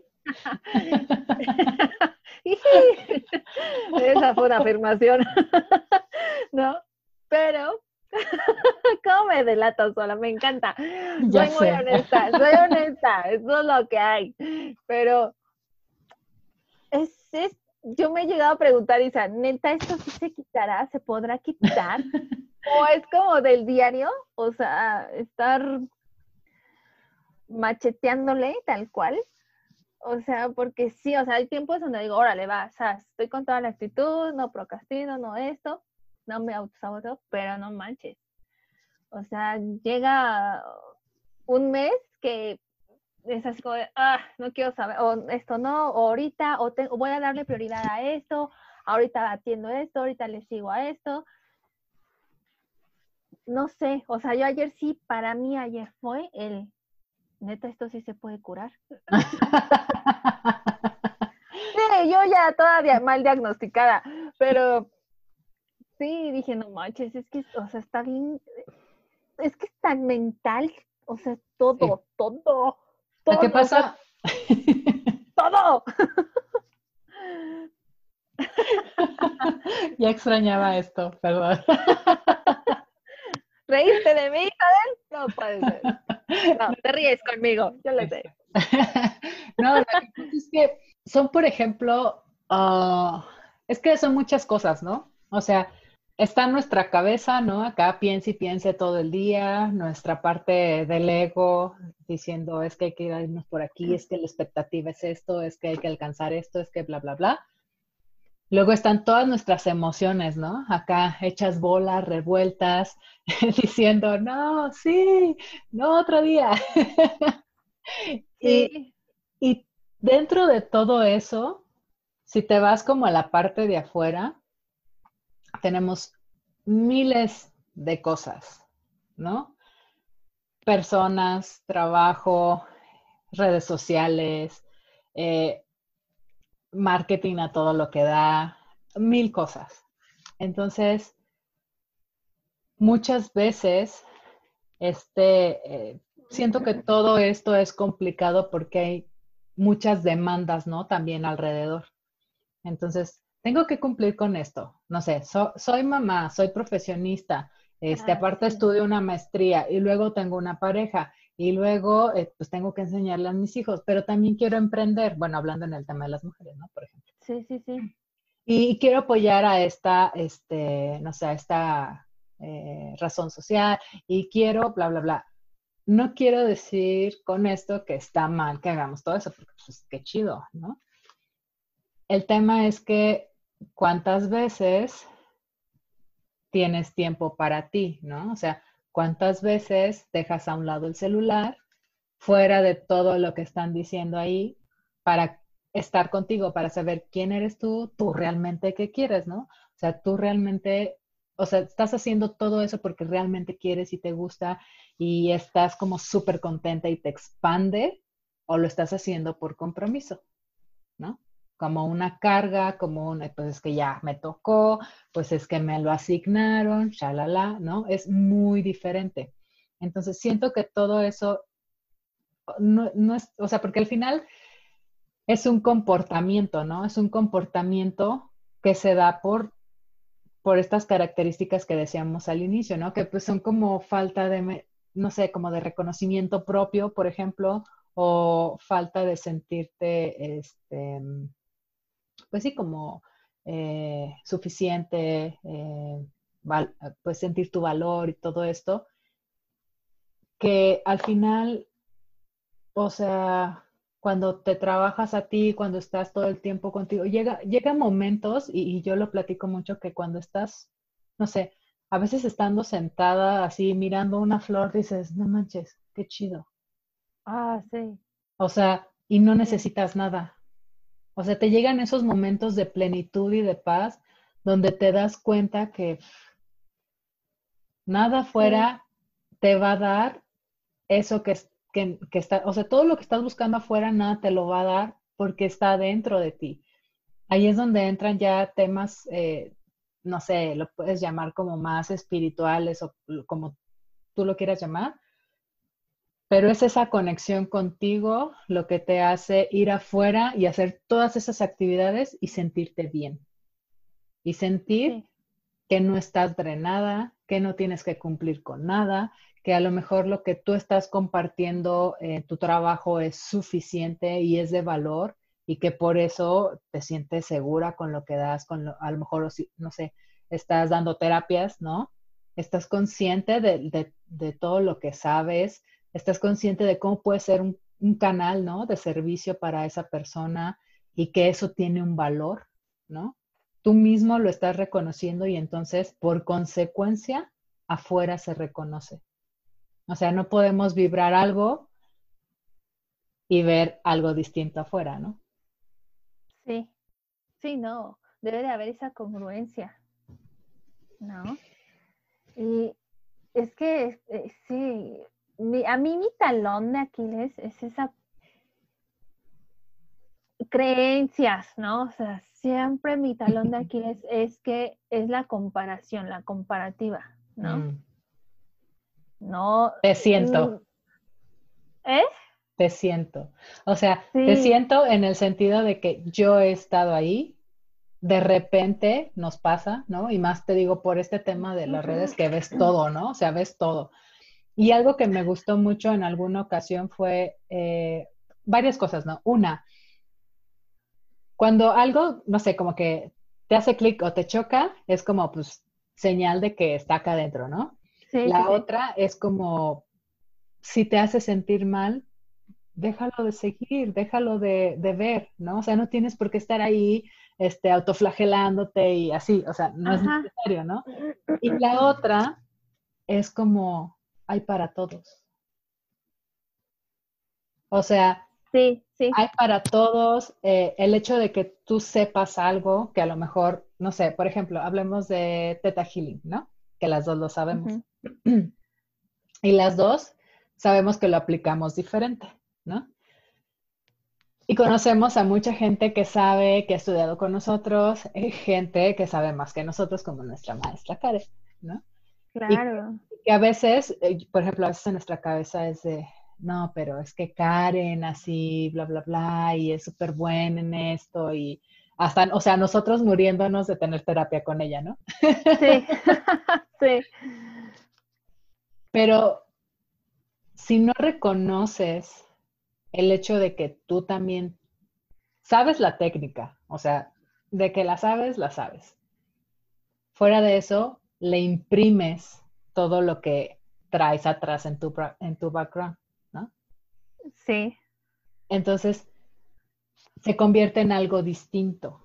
Esa fue una afirmación, ¿no? Pero, ¿cómo me delato sola? Me encanta. Ya sé. Soy honesta, eso es lo que hay. Pero yo me he llegado a preguntar, Isa, ¿neta esto sí se quitará? ¿Se podrá quitar? ¿O es como del diario? O sea, estar macheteándole tal cual. O sea, porque sí, o sea, hay tiempos donde digo, órale, va, o sea, estoy con toda la actitud, no procrastino, no esto, no me autosaboteo, pero no manches. O sea, llega un mes que es así como de, no quiero saber, o esto no, o ahorita, o voy a darle prioridad a esto, ahorita atiendo esto, ahorita le sigo a esto. No sé, o sea, yo ayer sí, para mí ayer fue neta, esto sí se puede curar. Sí, yo ya todavía mal diagnosticada, pero sí, dije, no manches, es que, o sea, está bien, es que es tan mental, o sea, Sí. Lo que o sea, pasa, todo. ya extrañaba esto, perdón. ¿Reíste de mí, Isabel? No puede ser. No, te ríes conmigo, yo lo sé. No, lo que pasa es que son, por ejemplo, es que son muchas cosas, ¿no? O sea, está nuestra cabeza, ¿no? Acá piense y piense todo el día, nuestra parte del ego diciendo es que hay que irnos por aquí, es que la expectativa es esto, es que hay que alcanzar esto, es que bla, bla, bla. Luego están todas nuestras emociones, ¿no? Acá hechas bolas, revueltas, diciendo, no, sí, no, otro día. Y, Sí, y dentro de todo eso, si te vas como a la parte de afuera, tenemos miles de cosas, ¿no? Personas, trabajo, redes sociales, eh, marketing a todo lo que da, mil cosas. Entonces, muchas veces, siento que todo esto es complicado porque hay muchas demandas, ¿no? También alrededor. Entonces, tengo que cumplir con esto. No sé, soy mamá, soy profesionista, aparte sí. estudio una maestría y luego tengo una pareja y luego pues tengo que enseñarle a mis hijos, pero también quiero emprender, bueno, hablando en el tema de las mujeres, ¿no? Por ejemplo. Sí, sí, sí. Y quiero apoyar a esta, no sé, a esta razón social y quiero, bla, bla, bla. No quiero decir con esto que está mal que hagamos todo eso, porque pues qué chido, ¿no? El tema es que cuántas veces tienes tiempo para ti, ¿no? O sea, cuántas veces dejas a un lado el celular, fuera de todo lo que están diciendo ahí, para estar contigo, para saber quién eres tú realmente qué quieres, ¿no? O sea, tú realmente, o sea, estás haciendo todo eso porque realmente quieres y te gusta y estás como súper contenta y te expande, o lo estás haciendo por compromiso, ¿no? Como una carga, como una, pues es que ya me tocó, pues es que me lo asignaron, shalala, ¿no? Es muy diferente. Entonces siento que todo eso no es, o sea, porque al final es un comportamiento, ¿no? Es un comportamiento que se da por estas características que decíamos al inicio, ¿no? Que pues son como falta de, no sé, como de reconocimiento propio, por ejemplo, o falta de sentirte, pues sí, como suficiente, pues sentir tu valor y todo esto, que al final, o sea, cuando te trabajas a ti, cuando estás todo el tiempo contigo, llega momentos, y yo lo platico mucho, que cuando estás, no sé, a veces estando sentada así mirando una flor, dices, no manches, qué chido. Ah, sí, O sea, y no sí, necesitas nada. O sea, te llegan esos momentos de plenitud y de paz donde te das cuenta que nada sí, afuera te va a dar eso que está, o sea, todo lo que estás buscando afuera, nada te lo va a dar porque está dentro de ti. Ahí es donde entran ya temas, no sé, lo puedes llamar como más espirituales o como tú lo quieras llamar, pero es esa conexión contigo lo que te hace ir afuera y hacer todas esas actividades y sentirte bien. Y sentir sí, que no estás drenada, que no tienes que cumplir con nada, que a lo mejor lo que tú estás compartiendo en tu trabajo es suficiente y es de valor y que por eso te sientes segura con lo que das, a lo mejor, no sé, estás dando terapias, ¿no? Estás consciente de todo lo que sabes, estás consciente de cómo puede ser un canal, ¿no? De servicio para esa persona y que eso tiene un valor, ¿no? Tú mismo lo estás reconociendo y entonces, por consecuencia, afuera se reconoce. O sea, no podemos vibrar algo y ver algo distinto afuera, ¿no? sí, sí, no, debe de haber esa congruencia, ¿no? Y es que, sí, a mí mi talón de Aquiles es esa creencias, ¿no? O sea, siempre mi talón de Aquiles es que es la comparación, la comparativa, ¿no? Mm. No, Te siento, ¿eh? te siento. O sea, te Sí, siento en el sentido de que yo he estado ahí, de repente nos pasa, ¿no? Y más te digo por este tema de las redes que ves todo, ¿no? O sea, ves todo. Y algo que me gustó mucho en alguna ocasión fue varias cosas, ¿no? Una, cuando algo, no sé, como que te hace clic o te choca, es como pues señal de que está acá adentro, ¿no? sí, sí, La sí. otra es como si te hace sentir mal, déjalo de seguir, déjalo de ver, ¿no? O sea, no tienes por qué estar ahí, autoflagelándote y así, o sea, no es Ajá. necesario, ¿no? Y la otra es como, hay para todos. O sea, Sí, sí. hay para todos. El hecho de que tú sepas algo que a lo mejor, no sé, por ejemplo, hablemos de Theta Healing, ¿no? Que las dos lo sabemos. Ujú. Y las dos sabemos que lo aplicamos diferente, ¿no? Y conocemos a mucha gente que sabe, que ha estudiado con nosotros, gente que sabe más que nosotros, como nuestra maestra Karen, ¿no? Y Claro. que a veces, por ejemplo, a veces en nuestra cabeza es de, no, pero es que Karen así, bla, bla, bla, y es súper buena en esto, y hasta, o sea, nosotros muriéndonos de tener terapia con ella, ¿no? Sí, sí, Pero si no reconoces el hecho de que tú también sabes la técnica, o sea, de que la sabes, la sabes. Fuera de eso, le imprimes todo lo que traes atrás en tu background, ¿no? sí, Entonces, se convierte en algo distinto.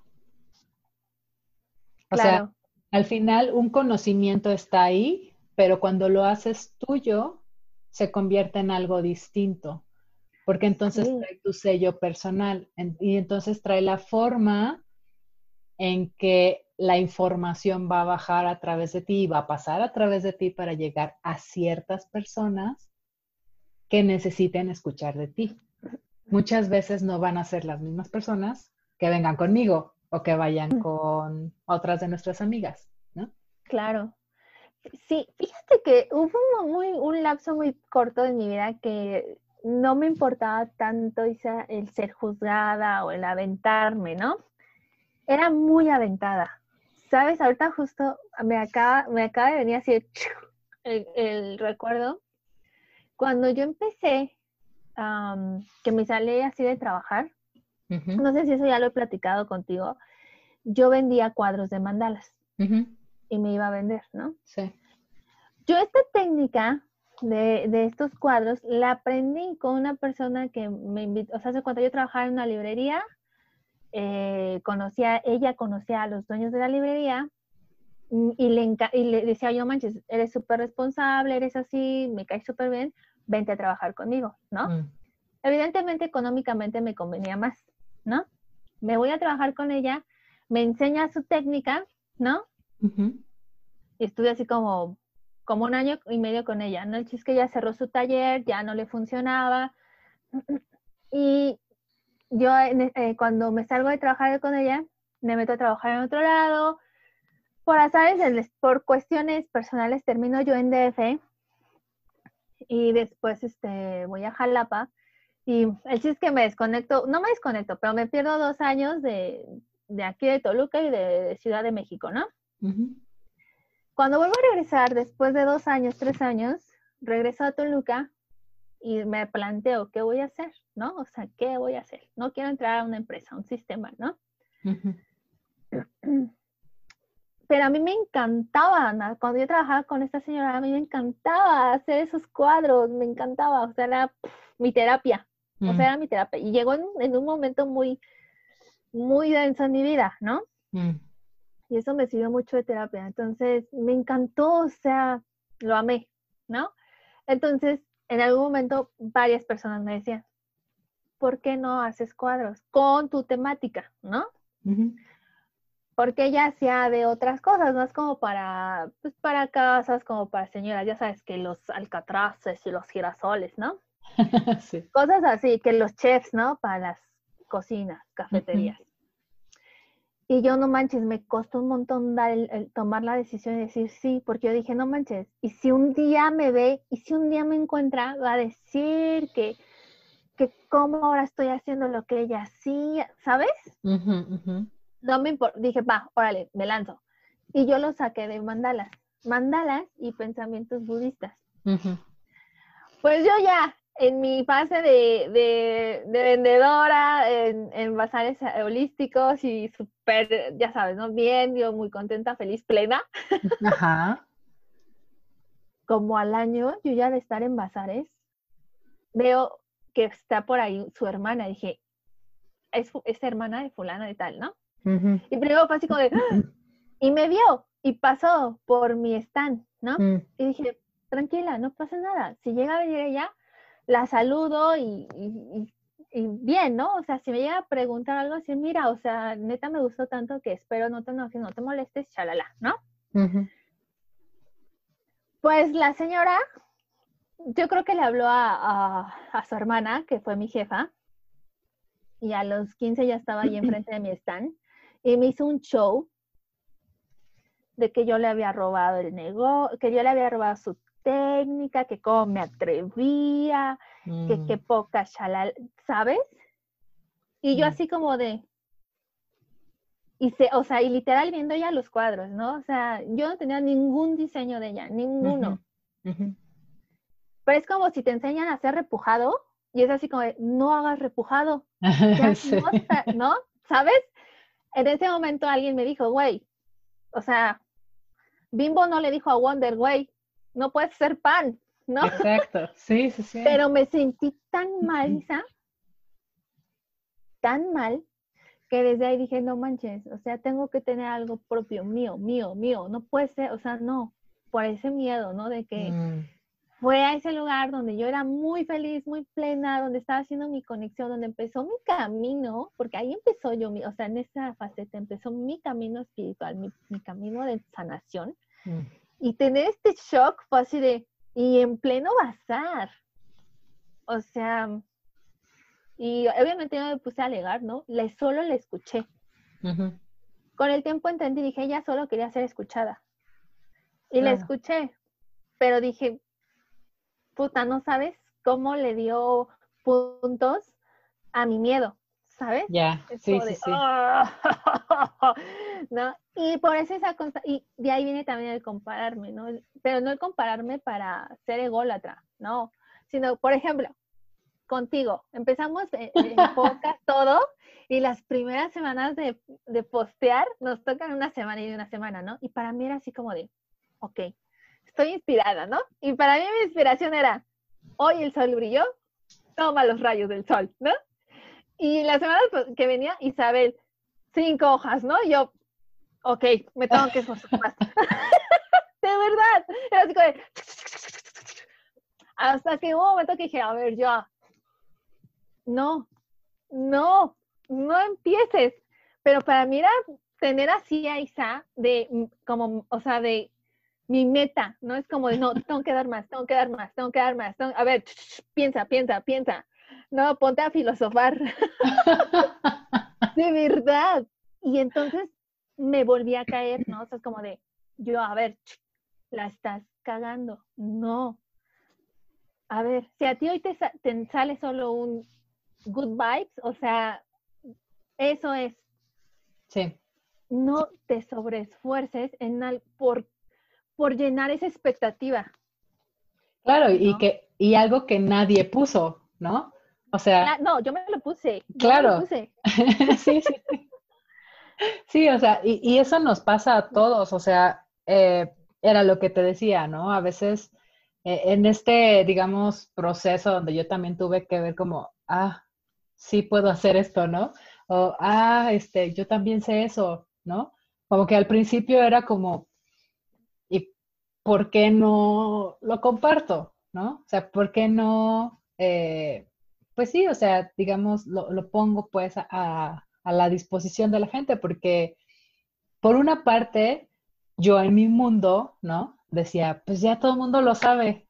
O sea, claro. al final un conocimiento está ahí, pero cuando lo haces tuyo, se convierte en algo distinto, porque entonces Sí, trae tu sello personal y entonces trae la forma en que la información va a bajar a través de ti y va a pasar a través de ti para llegar a ciertas personas que necesiten escuchar de ti. Muchas veces no van a ser las mismas personas que vengan conmigo o que vayan con otras de nuestras amigas, ¿no? claro. Sí, fíjate que hubo un lapso muy corto en mi vida que no me importaba tanto el ser juzgada o el aventarme, ¿no? Era muy aventada. ¿Sabes? Ahorita justo me acaba de venir así el recuerdo. Cuando yo empecé que me salí así de trabajar, Ujú, no sé si eso ya lo he platicado contigo, yo vendía cuadros de mandalas ujú. y me iba a vender, ¿no? Sí. Yo esta técnica de estos cuadros la aprendí con una persona que me invitó, o sea, hace cuando yo trabajaba en una librería, ella conocía a los dueños de la librería y le decía, yo manches, eres súper responsable, eres así, me caes súper bien, vente a trabajar conmigo, ¿no? Mm, Evidentemente, económicamente me convenía más, ¿no? Me voy a trabajar con ella, me enseña su técnica, ¿no? ujú. Y estuve así como 1 año y medio con ella, ¿no? El chiste es que ella cerró su taller, ya no le funcionaba. Y yo cuando me salgo de trabajar con ella, me meto a trabajar en otro lado. Por azares, por cuestiones personales, termino yo en DF y después voy a Jalapa. Y el chiste es que me desconecto, no me desconecto, pero me pierdo 2 años de aquí de Toluca y de Ciudad de México, ¿no? Ujú. Cuando vuelvo a regresar, después de 2 años, 3 años, regreso a Toluca y me planteo, ¿qué voy a hacer? ¿No? O sea, ¿qué voy a hacer? No quiero entrar a una empresa, a un sistema, ¿no? Ujú. Pero a mí me encantaba, Ana, cuando yo trabajaba con esta señora, a mí me encantaba hacer esos cuadros, me encantaba, o sea, era mi terapia, o sea, Mm, era mi terapia. Y llegó en un momento muy, muy denso en mi vida, ¿no? mm. Y eso me sirvió mucho de terapia. Entonces, me encantó, o sea, lo amé, ¿no? Entonces, en algún momento, varias personas me decían, ¿por qué no haces cuadros con tu temática, ¿no? Ujú. Porque ella hacía de otras cosas, no es como para, pues para casas, como para señoras, ya sabes que los alcatraces y los girasoles, ¿no? Sí. Cosas así, que los chefs, ¿no? Para las cocinas, Ujú. cafeterías. Y yo no manches, me costó un montón el tomar la decisión y decir sí, porque yo dije, no manches, y si un día me ve, y si un día me encuentra, va a decir que cómo ahora estoy haciendo lo que ella hacía, ¿sabes? Ujú, ujú, No me importa, dije, va, órale, me lanzo. Y yo lo saqué de mandalas y pensamientos budistas. ujú. Pues yo ya, en mi fase de vendedora, en bazares holísticos y súper, ya sabes, ¿no? Bien, yo muy contenta, feliz, plena. Ajá. Como al año, yo ya de estar en bazares, veo que está por ahí su hermana. Dije, es hermana de fulana de tal, ¿no? Ujú. Y primero fue así como de, ¡ah! Y me vio y pasó por mi stand, ¿no? Mm, Y dije, tranquila, no pasa nada. Si llega a venir ella, la saludo y bien, ¿no? O sea, si me llega a preguntar algo así, mira, o sea, neta me gustó tanto que espero no te enojes, no te molestes, chalala, ¿no? ujú. Pues la señora, yo creo que le habló a su hermana, que fue mi jefa, y a los 15 ya estaba ahí enfrente de mi stand, y me hizo un show de que yo le había robado el negocio, que yo le había robado su técnica, que cómo me atrevía, que qué Mm, poca chalal, ¿sabes? Y yo mm. así como de, o sea, y literal viendo ya los cuadros, ¿no? O sea, yo no tenía ningún diseño de ella, Ujú, ninguno. ujú. Pero es como si te enseñan a hacer repujado y es así como de, no hagas repujado, ya Sí. no, ¿no? ¿Sabes? En ese momento alguien me dijo, güey, o sea, Bimbo no le dijo a Wonder, güey, no puedes ser pan, ¿no? Exacto. Sí, sí, sí. Pero me sentí tan mal, Isa, tan mal, que desde ahí dije, no manches, o sea, tengo que tener algo propio, mío, mío, mío, no puede ser, o sea, no, por ese miedo, ¿no? De que Mm, fue a ese lugar donde yo era muy feliz, muy plena, donde estaba haciendo mi conexión, donde empezó mi camino, porque ahí empezó yo, o sea, en esa faceta empezó mi camino espiritual, mi camino de sanación, mm. y tener este shock fue así de, y en pleno bazar, o sea, y obviamente yo me puse a alegar, ¿no? Solo le escuché. Ujú. Con el tiempo entendí, dije, ella solo quería ser escuchada. Y le Claro. escuché, pero dije, puta, no sabes cómo le dio puntos a mi miedo, ¿sabes? Ya. Es Sí, como sí, de, sí. oh, ¿no? Y por eso y de ahí viene también el compararme, ¿no? Pero no el compararme para ser ególatra, no, sino, por ejemplo, contigo. Empezamos el podcast todo y las primeras semanas de postear nos tocan una semana y una semana, ¿no? Y para mí era así como de, ok, estoy inspirada, ¿no? Y para mí mi inspiración era, hoy el sol brilló, toma los rayos del sol, ¿no? Y la semana que venía, Isabel, 5 hojas, ¿no? Y yo, ok, me tengo que esforzar más. De verdad. Era así como de... Hasta que hubo un momento que dije, a ver, yo, no empieces. Pero para mí era tener así a Isa de, como, o sea, de mi meta, ¿no? Es como de, no, tengo que dar más, tengo que dar más, tengo que dar más. A ver, piensa. No, ponte a filosofar. De verdad. Y entonces me volví a caer, ¿no? O sea, es como de, yo, a ver, la estás cagando. No. A ver, si a ti hoy te sale solo un good vibes, o sea, eso es. Sí. No te sobreesfuerces por llenar esa expectativa. Claro, ¿no? y algo que nadie puso, ¿no? O sea, No, yo me lo puse. claro. Sí, sí. Sí, o sea, y eso nos pasa a todos, o sea, era lo que te decía, ¿no? A veces en este, digamos, proceso donde yo también tuve que ver como, sí puedo hacer esto, ¿no? O, yo también sé eso, ¿no? Como que al principio era como, ¿y por qué no lo comparto, ¿no? O sea, ¿por qué no, pues sí, o sea, digamos, lo pongo pues a la disposición de la gente, porque por una parte, yo en mi mundo, ¿no? Decía, pues ya todo el mundo lo sabe.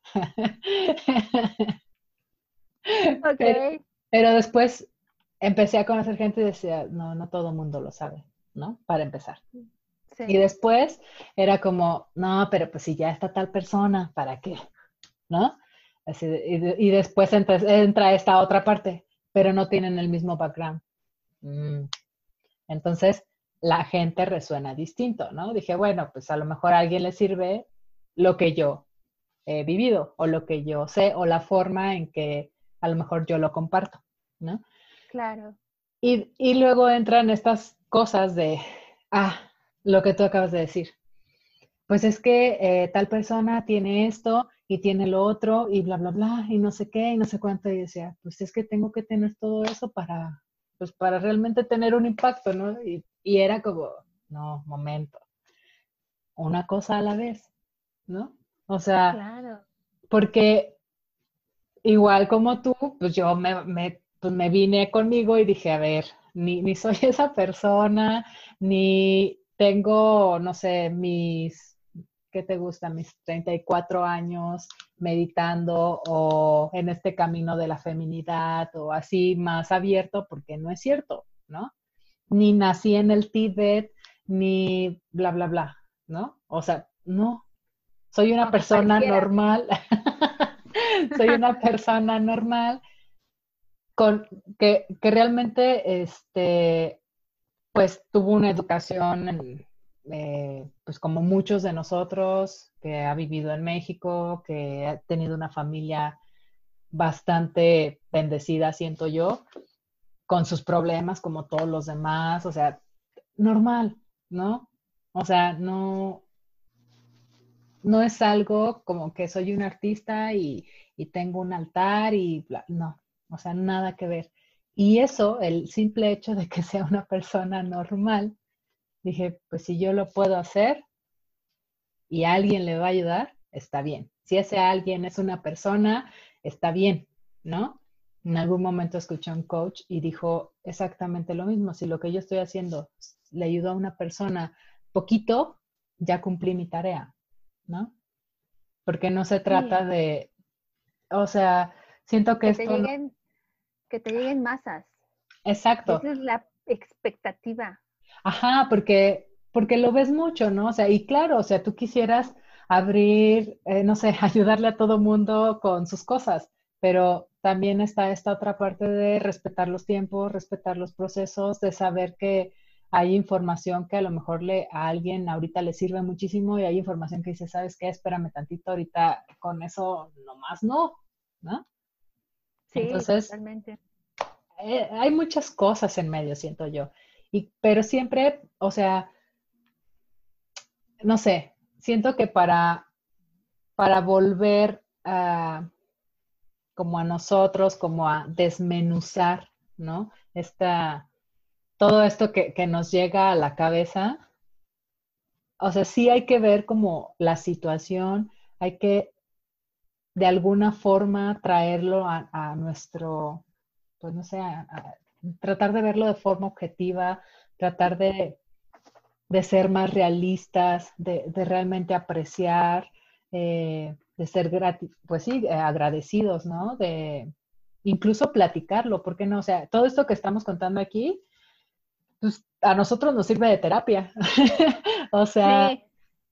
Pero, Ok. pero después empecé a conocer gente y decía, no, no todo el mundo lo sabe, ¿no? Para empezar. Y Sí. después era como, no, pero pues si ya está tal persona, ¿para qué? ¿No? Así y después entra esta otra parte, pero no tienen el mismo background. Mm. Entonces, la gente resuena distinto, ¿no? Dije, bueno, pues a lo mejor a alguien le sirve lo que yo he vivido o lo que yo sé o la forma en que a lo mejor yo lo comparto, ¿no? Claro. Y luego entran estas cosas de, lo que tú acabas de decir. Pues es que tal persona tiene esto y tiene lo otro y bla, bla, bla, y no sé qué, y no sé cuánto. Y decía, pues es que tengo que tener todo eso pues para realmente tener un impacto, ¿no? Y era como, no, momento, una cosa a la vez, ¿no? O sea, Claro. porque igual como tú, pues yo pues me vine conmigo y dije, a ver, ni soy esa persona, ni tengo, no sé, ¿qué te gusta? Mis 34 años meditando o en este camino de la feminidad o así más abierto, porque no es cierto, ¿no? Ni nací en el Tíbet, ni bla, bla, bla, ¿no? O sea, no, soy una Aunque persona pareciera. normal, soy una persona normal con, que realmente, pues tuvo una educación, pues como muchos de nosotros, que ha vivido en México, que ha tenido una familia bastante bendecida, siento yo, con sus problemas como todos los demás, o sea, normal, ¿no? O sea, no es algo como que soy un artista y tengo un altar y bla, no, o sea, nada que ver. Y eso, el simple hecho de que sea una persona normal, dije, pues si yo lo puedo hacer y a alguien le va a ayudar, está bien. Si ese alguien es una persona, está bien, ¿no? En algún momento escuché a un coach y dijo exactamente lo mismo. Si lo que yo estoy haciendo le ayudó a una persona poquito, ya cumplí mi tarea, ¿no? Porque no se Sí, trata de, o sea, siento que que te esto no, lleguen, que te lleguen masas. exacto, Esa es la expectativa. ajá, porque lo ves mucho, ¿no? O sea, y claro, o sea, tú quisieras abrir, no sé, ayudarle a todo mundo con sus cosas, pero también está esta otra parte de respetar los tiempos, respetar los procesos, de saber que hay información que a lo mejor a alguien ahorita le sirve muchísimo y hay información que dice, ¿sabes qué? Espérame tantito, ahorita con eso nomás no, ¿no? Sí, Entonces, totalmente. hay muchas cosas en medio, siento yo. Pero siempre, o sea, no sé, siento que para volver como a nosotros, como a desmenuzar, ¿no? Todo esto que nos llega a la cabeza, o sea, sí hay que ver como la situación, hay que de alguna forma traerlo a nuestro, pues no sé, tratar de verlo de forma objetiva, tratar de ser más realistas, de realmente apreciar, de ser pues sí, agradecidos, ¿no? De incluso platicarlo, ¿por qué no? O sea, todo esto que estamos contando aquí, pues a nosotros nos sirve de terapia. O sea, Sí,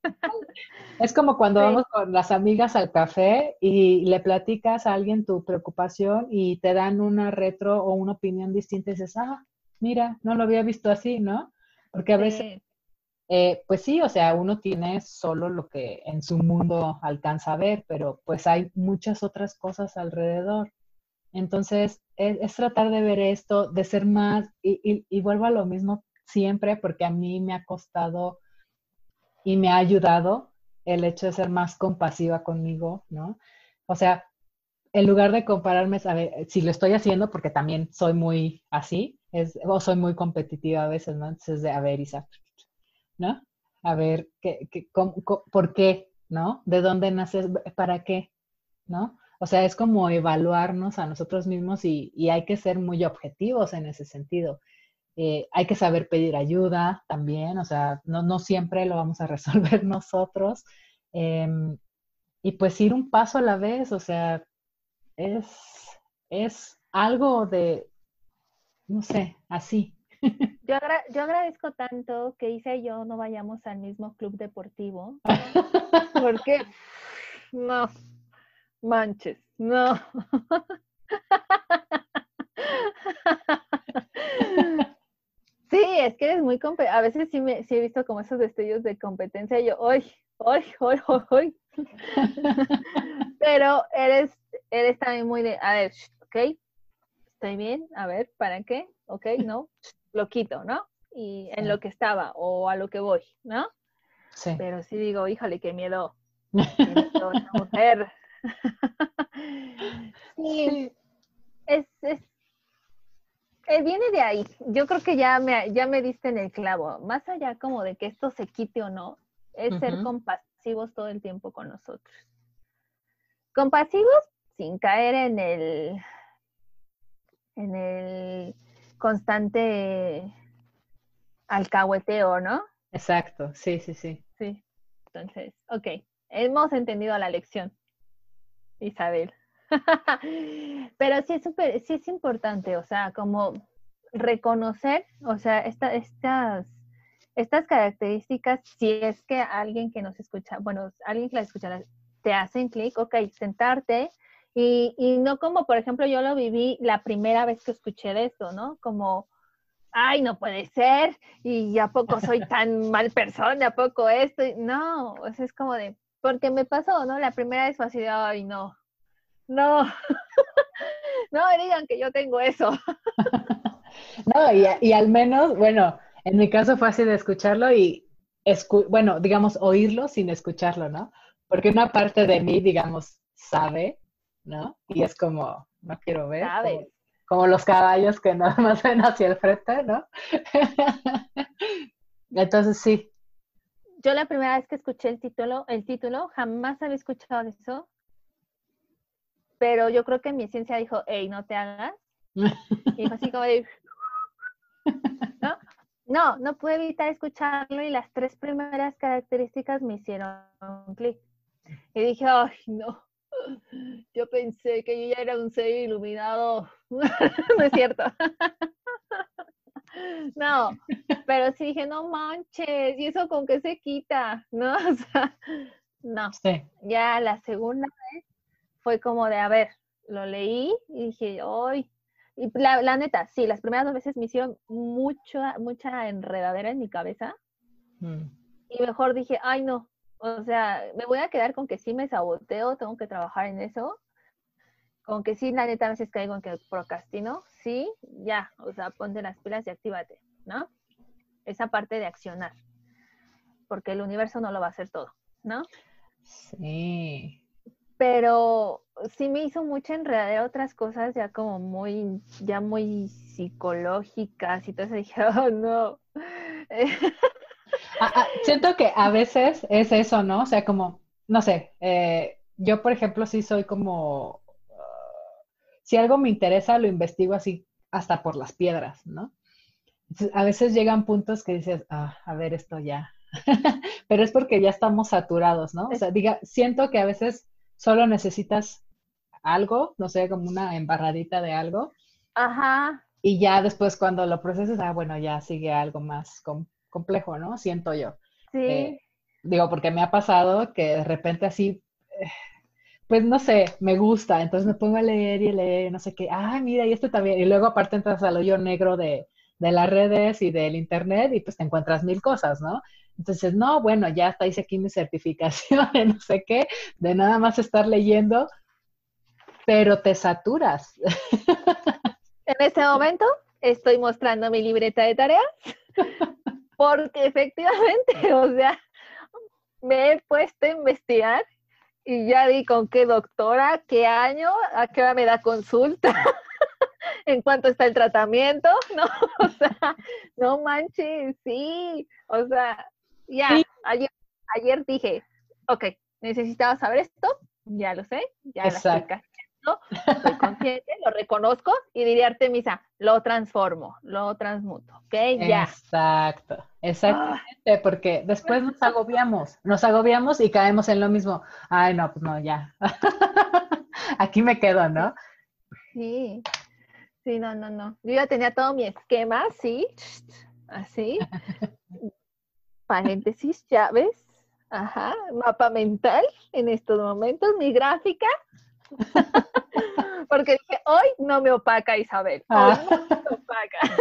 es como cuando sí, vamos con las amigas al café y le platicas a alguien tu preocupación y te dan una retro o una opinión distinta y dices, mira, no lo había visto así, ¿no? Porque a veces, sí. pues sí, o sea, uno tiene solo lo que en su mundo alcanza a ver, pero pues hay muchas otras cosas alrededor. Entonces, es tratar de ver esto, de ser más, y vuelvo a lo mismo siempre, porque a mí me ha costado y me ha ayudado el hecho de ser más compasiva conmigo, ¿no? O sea, en lugar de compararme, a ver, si lo estoy haciendo, porque también soy muy así, o soy muy competitiva a veces, ¿no? Entonces, a ver, Isa, ¿no? A ver, ¿por qué? ¿No? ¿De dónde naces? ¿Para qué? ¿No? O sea, es como evaluarnos a nosotros mismos y hay que ser muy objetivos en ese sentido. Hay que saber pedir ayuda también, o sea, no siempre lo vamos a resolver nosotros. Em, y pues ir un paso a la vez, o sea, es, es algo de, no sé, así. Yo agradezco tanto que Isa y yo no vayamos al mismo club deportivo, porque no, manches, no. Sí, es que eres muy a veces sí he visto como esos destellos de competencia y yo, ¡ay, ay, ay, ay, ay! Pero eres también muy de, a ver, ok, estoy bien, a ver, ¿para qué? Ok, no, lo quito, ¿no? Y en Sí, lo que estaba o a lo que voy, ¿no? sí. Pero sí digo, híjole, qué miedo esa mujer. Sí, Sí. es viene de ahí. Yo creo que ya me diste en el clavo. Más allá como de que esto se quite o no, es ser Ujú. compasivos todo el tiempo con nosotros. Compasivos sin caer en el constante alcahueteo, ¿no? Exacto, sí, sí, sí. Sí. Entonces, ok. Hemos entendido la lección, Isabel. Pero sí es importante, o sea, como reconocer, o sea, estas características, si es que alguien que nos escucha, bueno, alguien que las escucha, te hacen clic, ok, sentarte y no como, por ejemplo, yo lo viví la primera vez que escuché de esto, ¿no? Como, ay, no puede ser, y ¿a poco soy tan mal persona? ¿A poco esto? No, o sea, es como de, porque me pasó, ¿no? La primera vez fue así de, ay, no, no, no me digan que yo tengo eso. No, y al menos, bueno, en mi caso fue así de escucharlo y, bueno, digamos, oírlo sin escucharlo, ¿no? Porque una parte de mí, digamos, sabe, ¿no? Y es como, no quiero ver, ¿Sabes? como los caballos que nada más ven hacia el frente, ¿no? Entonces sí. Yo la primera vez que escuché el título, jamás había escuchado de eso, pero yo creo que mi esencia dijo, hey, no te hagas. Y fue así como de, ¿no? No pude evitar escucharlo y las tres primeras características me hicieron clic. Y dije, ay, no, yo pensé que yo ya era un ser iluminado. No es cierto. No, pero sí dije, no manches, y eso con qué se quita, ¿no? O sea, no. Sí. Ya la segunda fue como de, a ver, lo leí y dije, ¡ay! Y la neta, sí, las primeras dos veces me hicieron mucha enredadera en mi cabeza Mm. y mejor dije, ay, no, o sea, me voy a quedar con que sí me saboteo, tengo que trabajar en eso. Como que sí, la neta, a veces caigo en que procrastino, sí, ya, o sea, ponte las pilas y actívate, ¿no? Esa parte de accionar, porque el universo no lo va a hacer todo, ¿no? Sí. Pero sí me hizo mucha enredadera otras cosas ya como ya muy psicológicas y todo eso, dije, oh, no. Siento que a veces es eso, ¿no? O sea, como, no sé, yo por ejemplo sí soy como, si algo me interesa, lo investigo así hasta por las piedras, ¿no? Entonces, a veces llegan puntos que dices, a ver, esto ya. Pero es porque ya estamos saturados, ¿no? O sea, siento que a veces solo necesitas algo, no sé, como una embarradita de algo, Ajá, y ya después cuando lo proceses, bueno, ya sigue algo más complejo, ¿no? Siento yo. sí. Eh, Digo, porque me ha pasado que de repente así, pues no sé, me gusta, entonces me pongo a leer y leer, no sé qué, mira, y este también, y luego aparte entras al hoyo negro de las redes y del internet y pues te encuentras mil cosas, ¿no? Entonces, no, bueno, ya hasta hice aquí mi certificación de no sé qué, de nada más estar leyendo, pero te saturas. En este momento estoy mostrando mi libreta de tareas porque efectivamente, o sea, me he puesto a investigar y ya di con qué doctora, qué año, a qué hora me da consulta, en cuánto está el tratamiento, ¿no? O sea, no manches, sí, o sea, Sí, ya, ayer dije, ok, necesitaba saber esto, ya lo sé, ya la estoy exacto. casando, soy consciente, lo reconozco y diría Artemisa, lo transformo, lo transmuto, ok, ya. Exacto, Ah, exactamente, porque después nos agobiamos y caemos en lo mismo. Ay, no, pues no, ya. Aquí me quedo, ¿no? sí, sí, no, no, no. Yo ya tenía todo mi esquema, sí, así, paréntesis, llaves, ajá, mapa mental en estos momentos, mi gráfica, porque dije, hoy no me opaca Isabel, hoy no Ah, me opaca.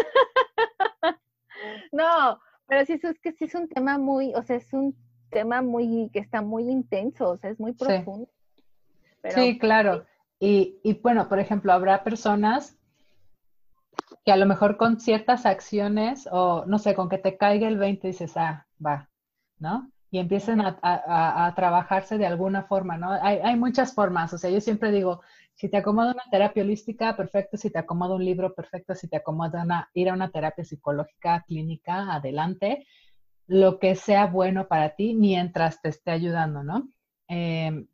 No, pero sí, es que sí es un tema muy, o sea, es un tema muy, que está muy intenso, o sea, es muy sí, profundo, pero sí, claro. Y bueno, por ejemplo, habrá personas que a lo mejor con ciertas acciones o no sé, con que te caiga el 20 dices, va, ¿no? Y empiecen a trabajarse de alguna forma, ¿no? Hay muchas formas, o sea, yo siempre digo, si te acomoda una terapia holística, perfecto, si te acomoda un libro, perfecto, si te acomoda ir a una terapia psicológica, clínica, adelante, lo que sea bueno para ti mientras te esté ayudando, ¿no? Eh,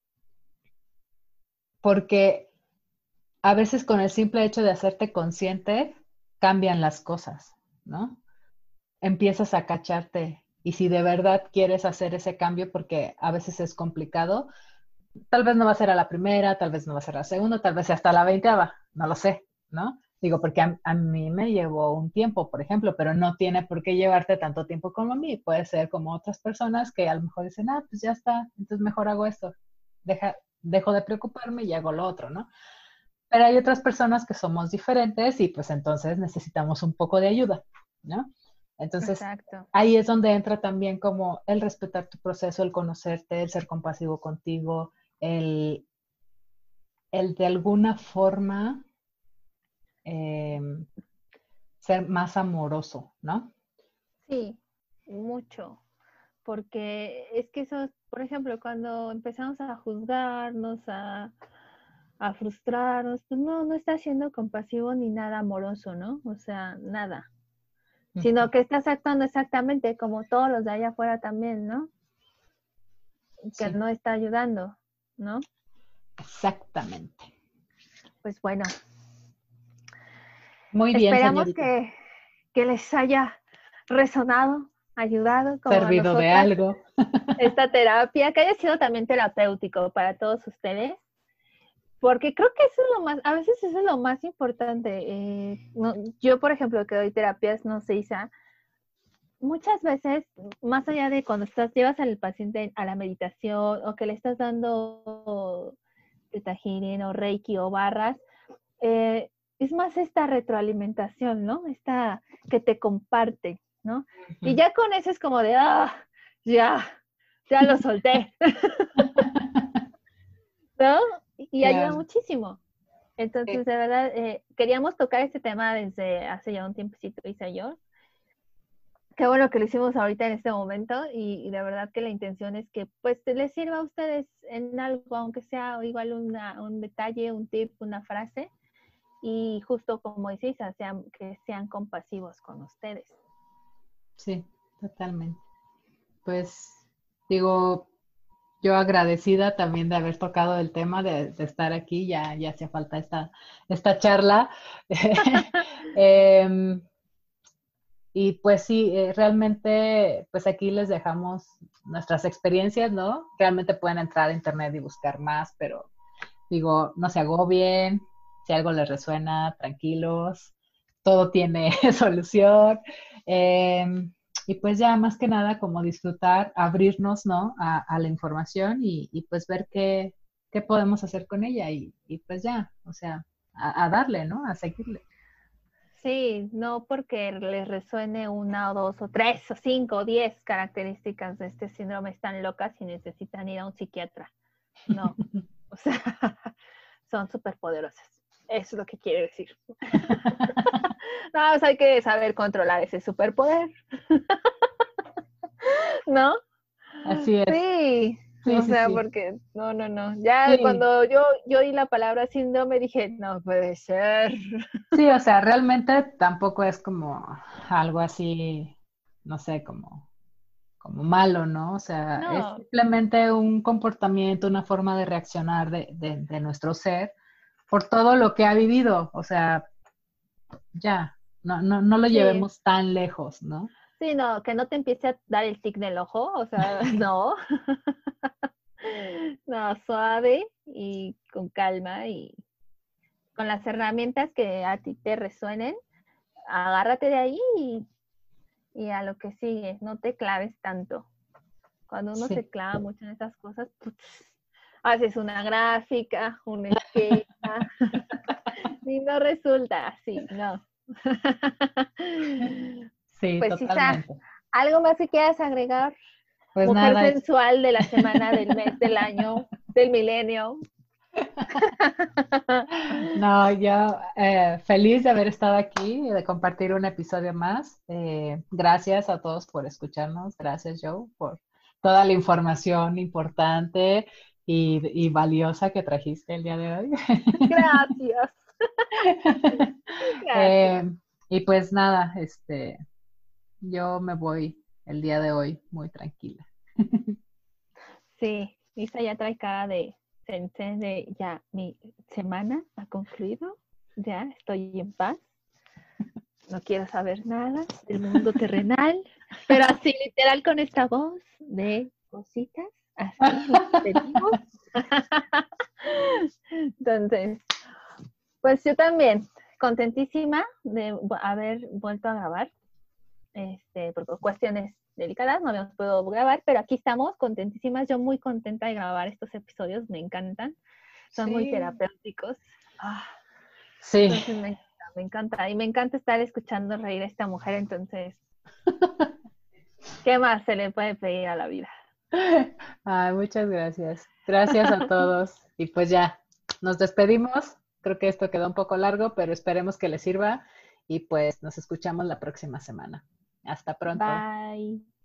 Porque a veces con el simple hecho de hacerte consciente, cambian las cosas, ¿no? Empiezas a cacharte. Y si de verdad quieres hacer ese cambio, porque a veces es complicado, tal vez no va a ser a la primera, tal vez no va a ser a la segunda, tal vez sea hasta la 20ª, no lo sé, ¿no? Digo, porque a mí me llevó un tiempo, por ejemplo, pero no tiene por qué llevarte tanto tiempo como a mí. Puede ser como otras personas que a lo mejor dicen, pues ya está, entonces mejor hago esto. Dejo de preocuparme y hago lo otro, ¿no? Pero hay otras personas que somos diferentes y pues entonces necesitamos un poco de ayuda, ¿no? Entonces, exacto. ahí es donde entra también como el respetar tu proceso, el conocerte, el ser compasivo contigo, el, el de alguna forma eh, ser más amoroso, ¿no? Sí, mucho, porque es que eso, por ejemplo, cuando empezamos a juzgarnos, a frustrarnos, pues no, no está siendo compasivo ni nada amoroso, ¿no? O sea, nada, Ujú. sino que estás actuando exactamente como todos los de allá afuera también, ¿no? Que Sí, no está ayudando, ¿no? exactamente. Pues bueno, Muy bien, esperamos señorita. que les haya resonado, ayudado como a Servido de nosotras algo. esta terapia, que haya sido también terapéutico para todos ustedes. Porque creo que eso es lo más, a veces eso es lo más importante. Yo, por ejemplo, que doy terapias, no sé, Isa, muchas veces, más allá de cuando llevas al paciente a la meditación o que le estás dando teta healing o reiki o barras, eh, es más esta retroalimentación, ¿no? Esta que te comparte, ¿no? Y Ujú. ya con eso es como de, ya, lo solté, ¿no? Y ayuda Claro. muchísimo. Entonces, de verdad, queríamos tocar este tema desde hace ya un tiempecito, Isa y yo. Qué bueno que lo hicimos ahorita en este momento y de verdad que la intención es que pues les sirva a ustedes en algo, aunque sea igual un detalle, un tip, una frase, y justo como dice Isa, que sean compasivos con ustedes. Sí, totalmente. Pues digo, yo agradecida también de haber tocado el tema, de estar aquí, ya hacía falta esta charla. Em, y pues sí, realmente, pues aquí les dejamos nuestras experiencias, ¿no? Realmente pueden entrar a internet y buscar más, pero digo, no se agobien, si algo les resuena, tranquilos, todo tiene solución. Y pues ya más que nada como disfrutar, abrirnos, ¿no? A la información y pues ver qué podemos hacer con ella y pues ya, o sea, a darle, ¿no? A seguirle. Sí, no porque les resuene una o dos o tres o cinco o 10 características de este síndrome están locas y necesitan ir a un psiquiatra. No, o sea, son súper poderosas. Eso es lo que quiere decir. No, o sea, hay que saber controlar ese superpoder. ¿No? Así es. Sí, Sí, o sí, sea, sí. porque no. Ya Sí, cuando yo oí la palabra síndrome dije, no puede ser. sí, o sea, realmente tampoco es como algo así, no sé, como malo, ¿no? O sea, es No, simplemente un comportamiento, una forma de reaccionar de nuestro ser por todo lo que ha vivido. O sea, ya, no lo sí, llevemos tan lejos, ¿no? sí, no, que no te empiece a dar el tic del ojo, o sea, no. No, suave y con calma y con las herramientas que a ti te resuenen, agárrate de ahí y a lo que sigue, no te claves tanto. Cuando uno Sí. se clava mucho en estas cosas, putz, haces una gráfica, un esquema, y no resulta así, no. Sí, Pues quizá, totalmente. ¿algo más que quieras agregar? Pues Mujer nada, sensual de la semana, del mes, del año, del milenio. no, yo feliz de haber estado aquí y de compartir un episodio más. Gracias a todos por escucharnos. Gracias, Joe, por toda la información importante y valiosa que trajiste el día de hoy. Gracias, Eh, gracias. y pues nada, yo me voy el día de hoy muy tranquila. Sí, Lisa ya trae cara de sensei de ya mi semana ha concluido, ya estoy en paz, no quiero saber nada del mundo terrenal, pero así literal con esta voz de cositas, así la pedimos. Entonces, pues yo también, contentísima de haber vuelto a grabar, por cuestiones delicadas no habíamos podido grabar, pero aquí estamos contentísimas, yo muy contenta de grabar estos episodios, me encantan, son muy Sí. terapéuticos. Sí. Entonces me encanta, y me encanta estar escuchando reír a esta mujer, entonces, ¿qué más se le puede pedir a la vida? Ay, muchas gracias. Gracias a todos. Y pues ya, nos despedimos. Creo que esto quedó un poco largo, pero esperemos que les sirva y pues nos escuchamos la próxima semana. Hasta pronto. Bye.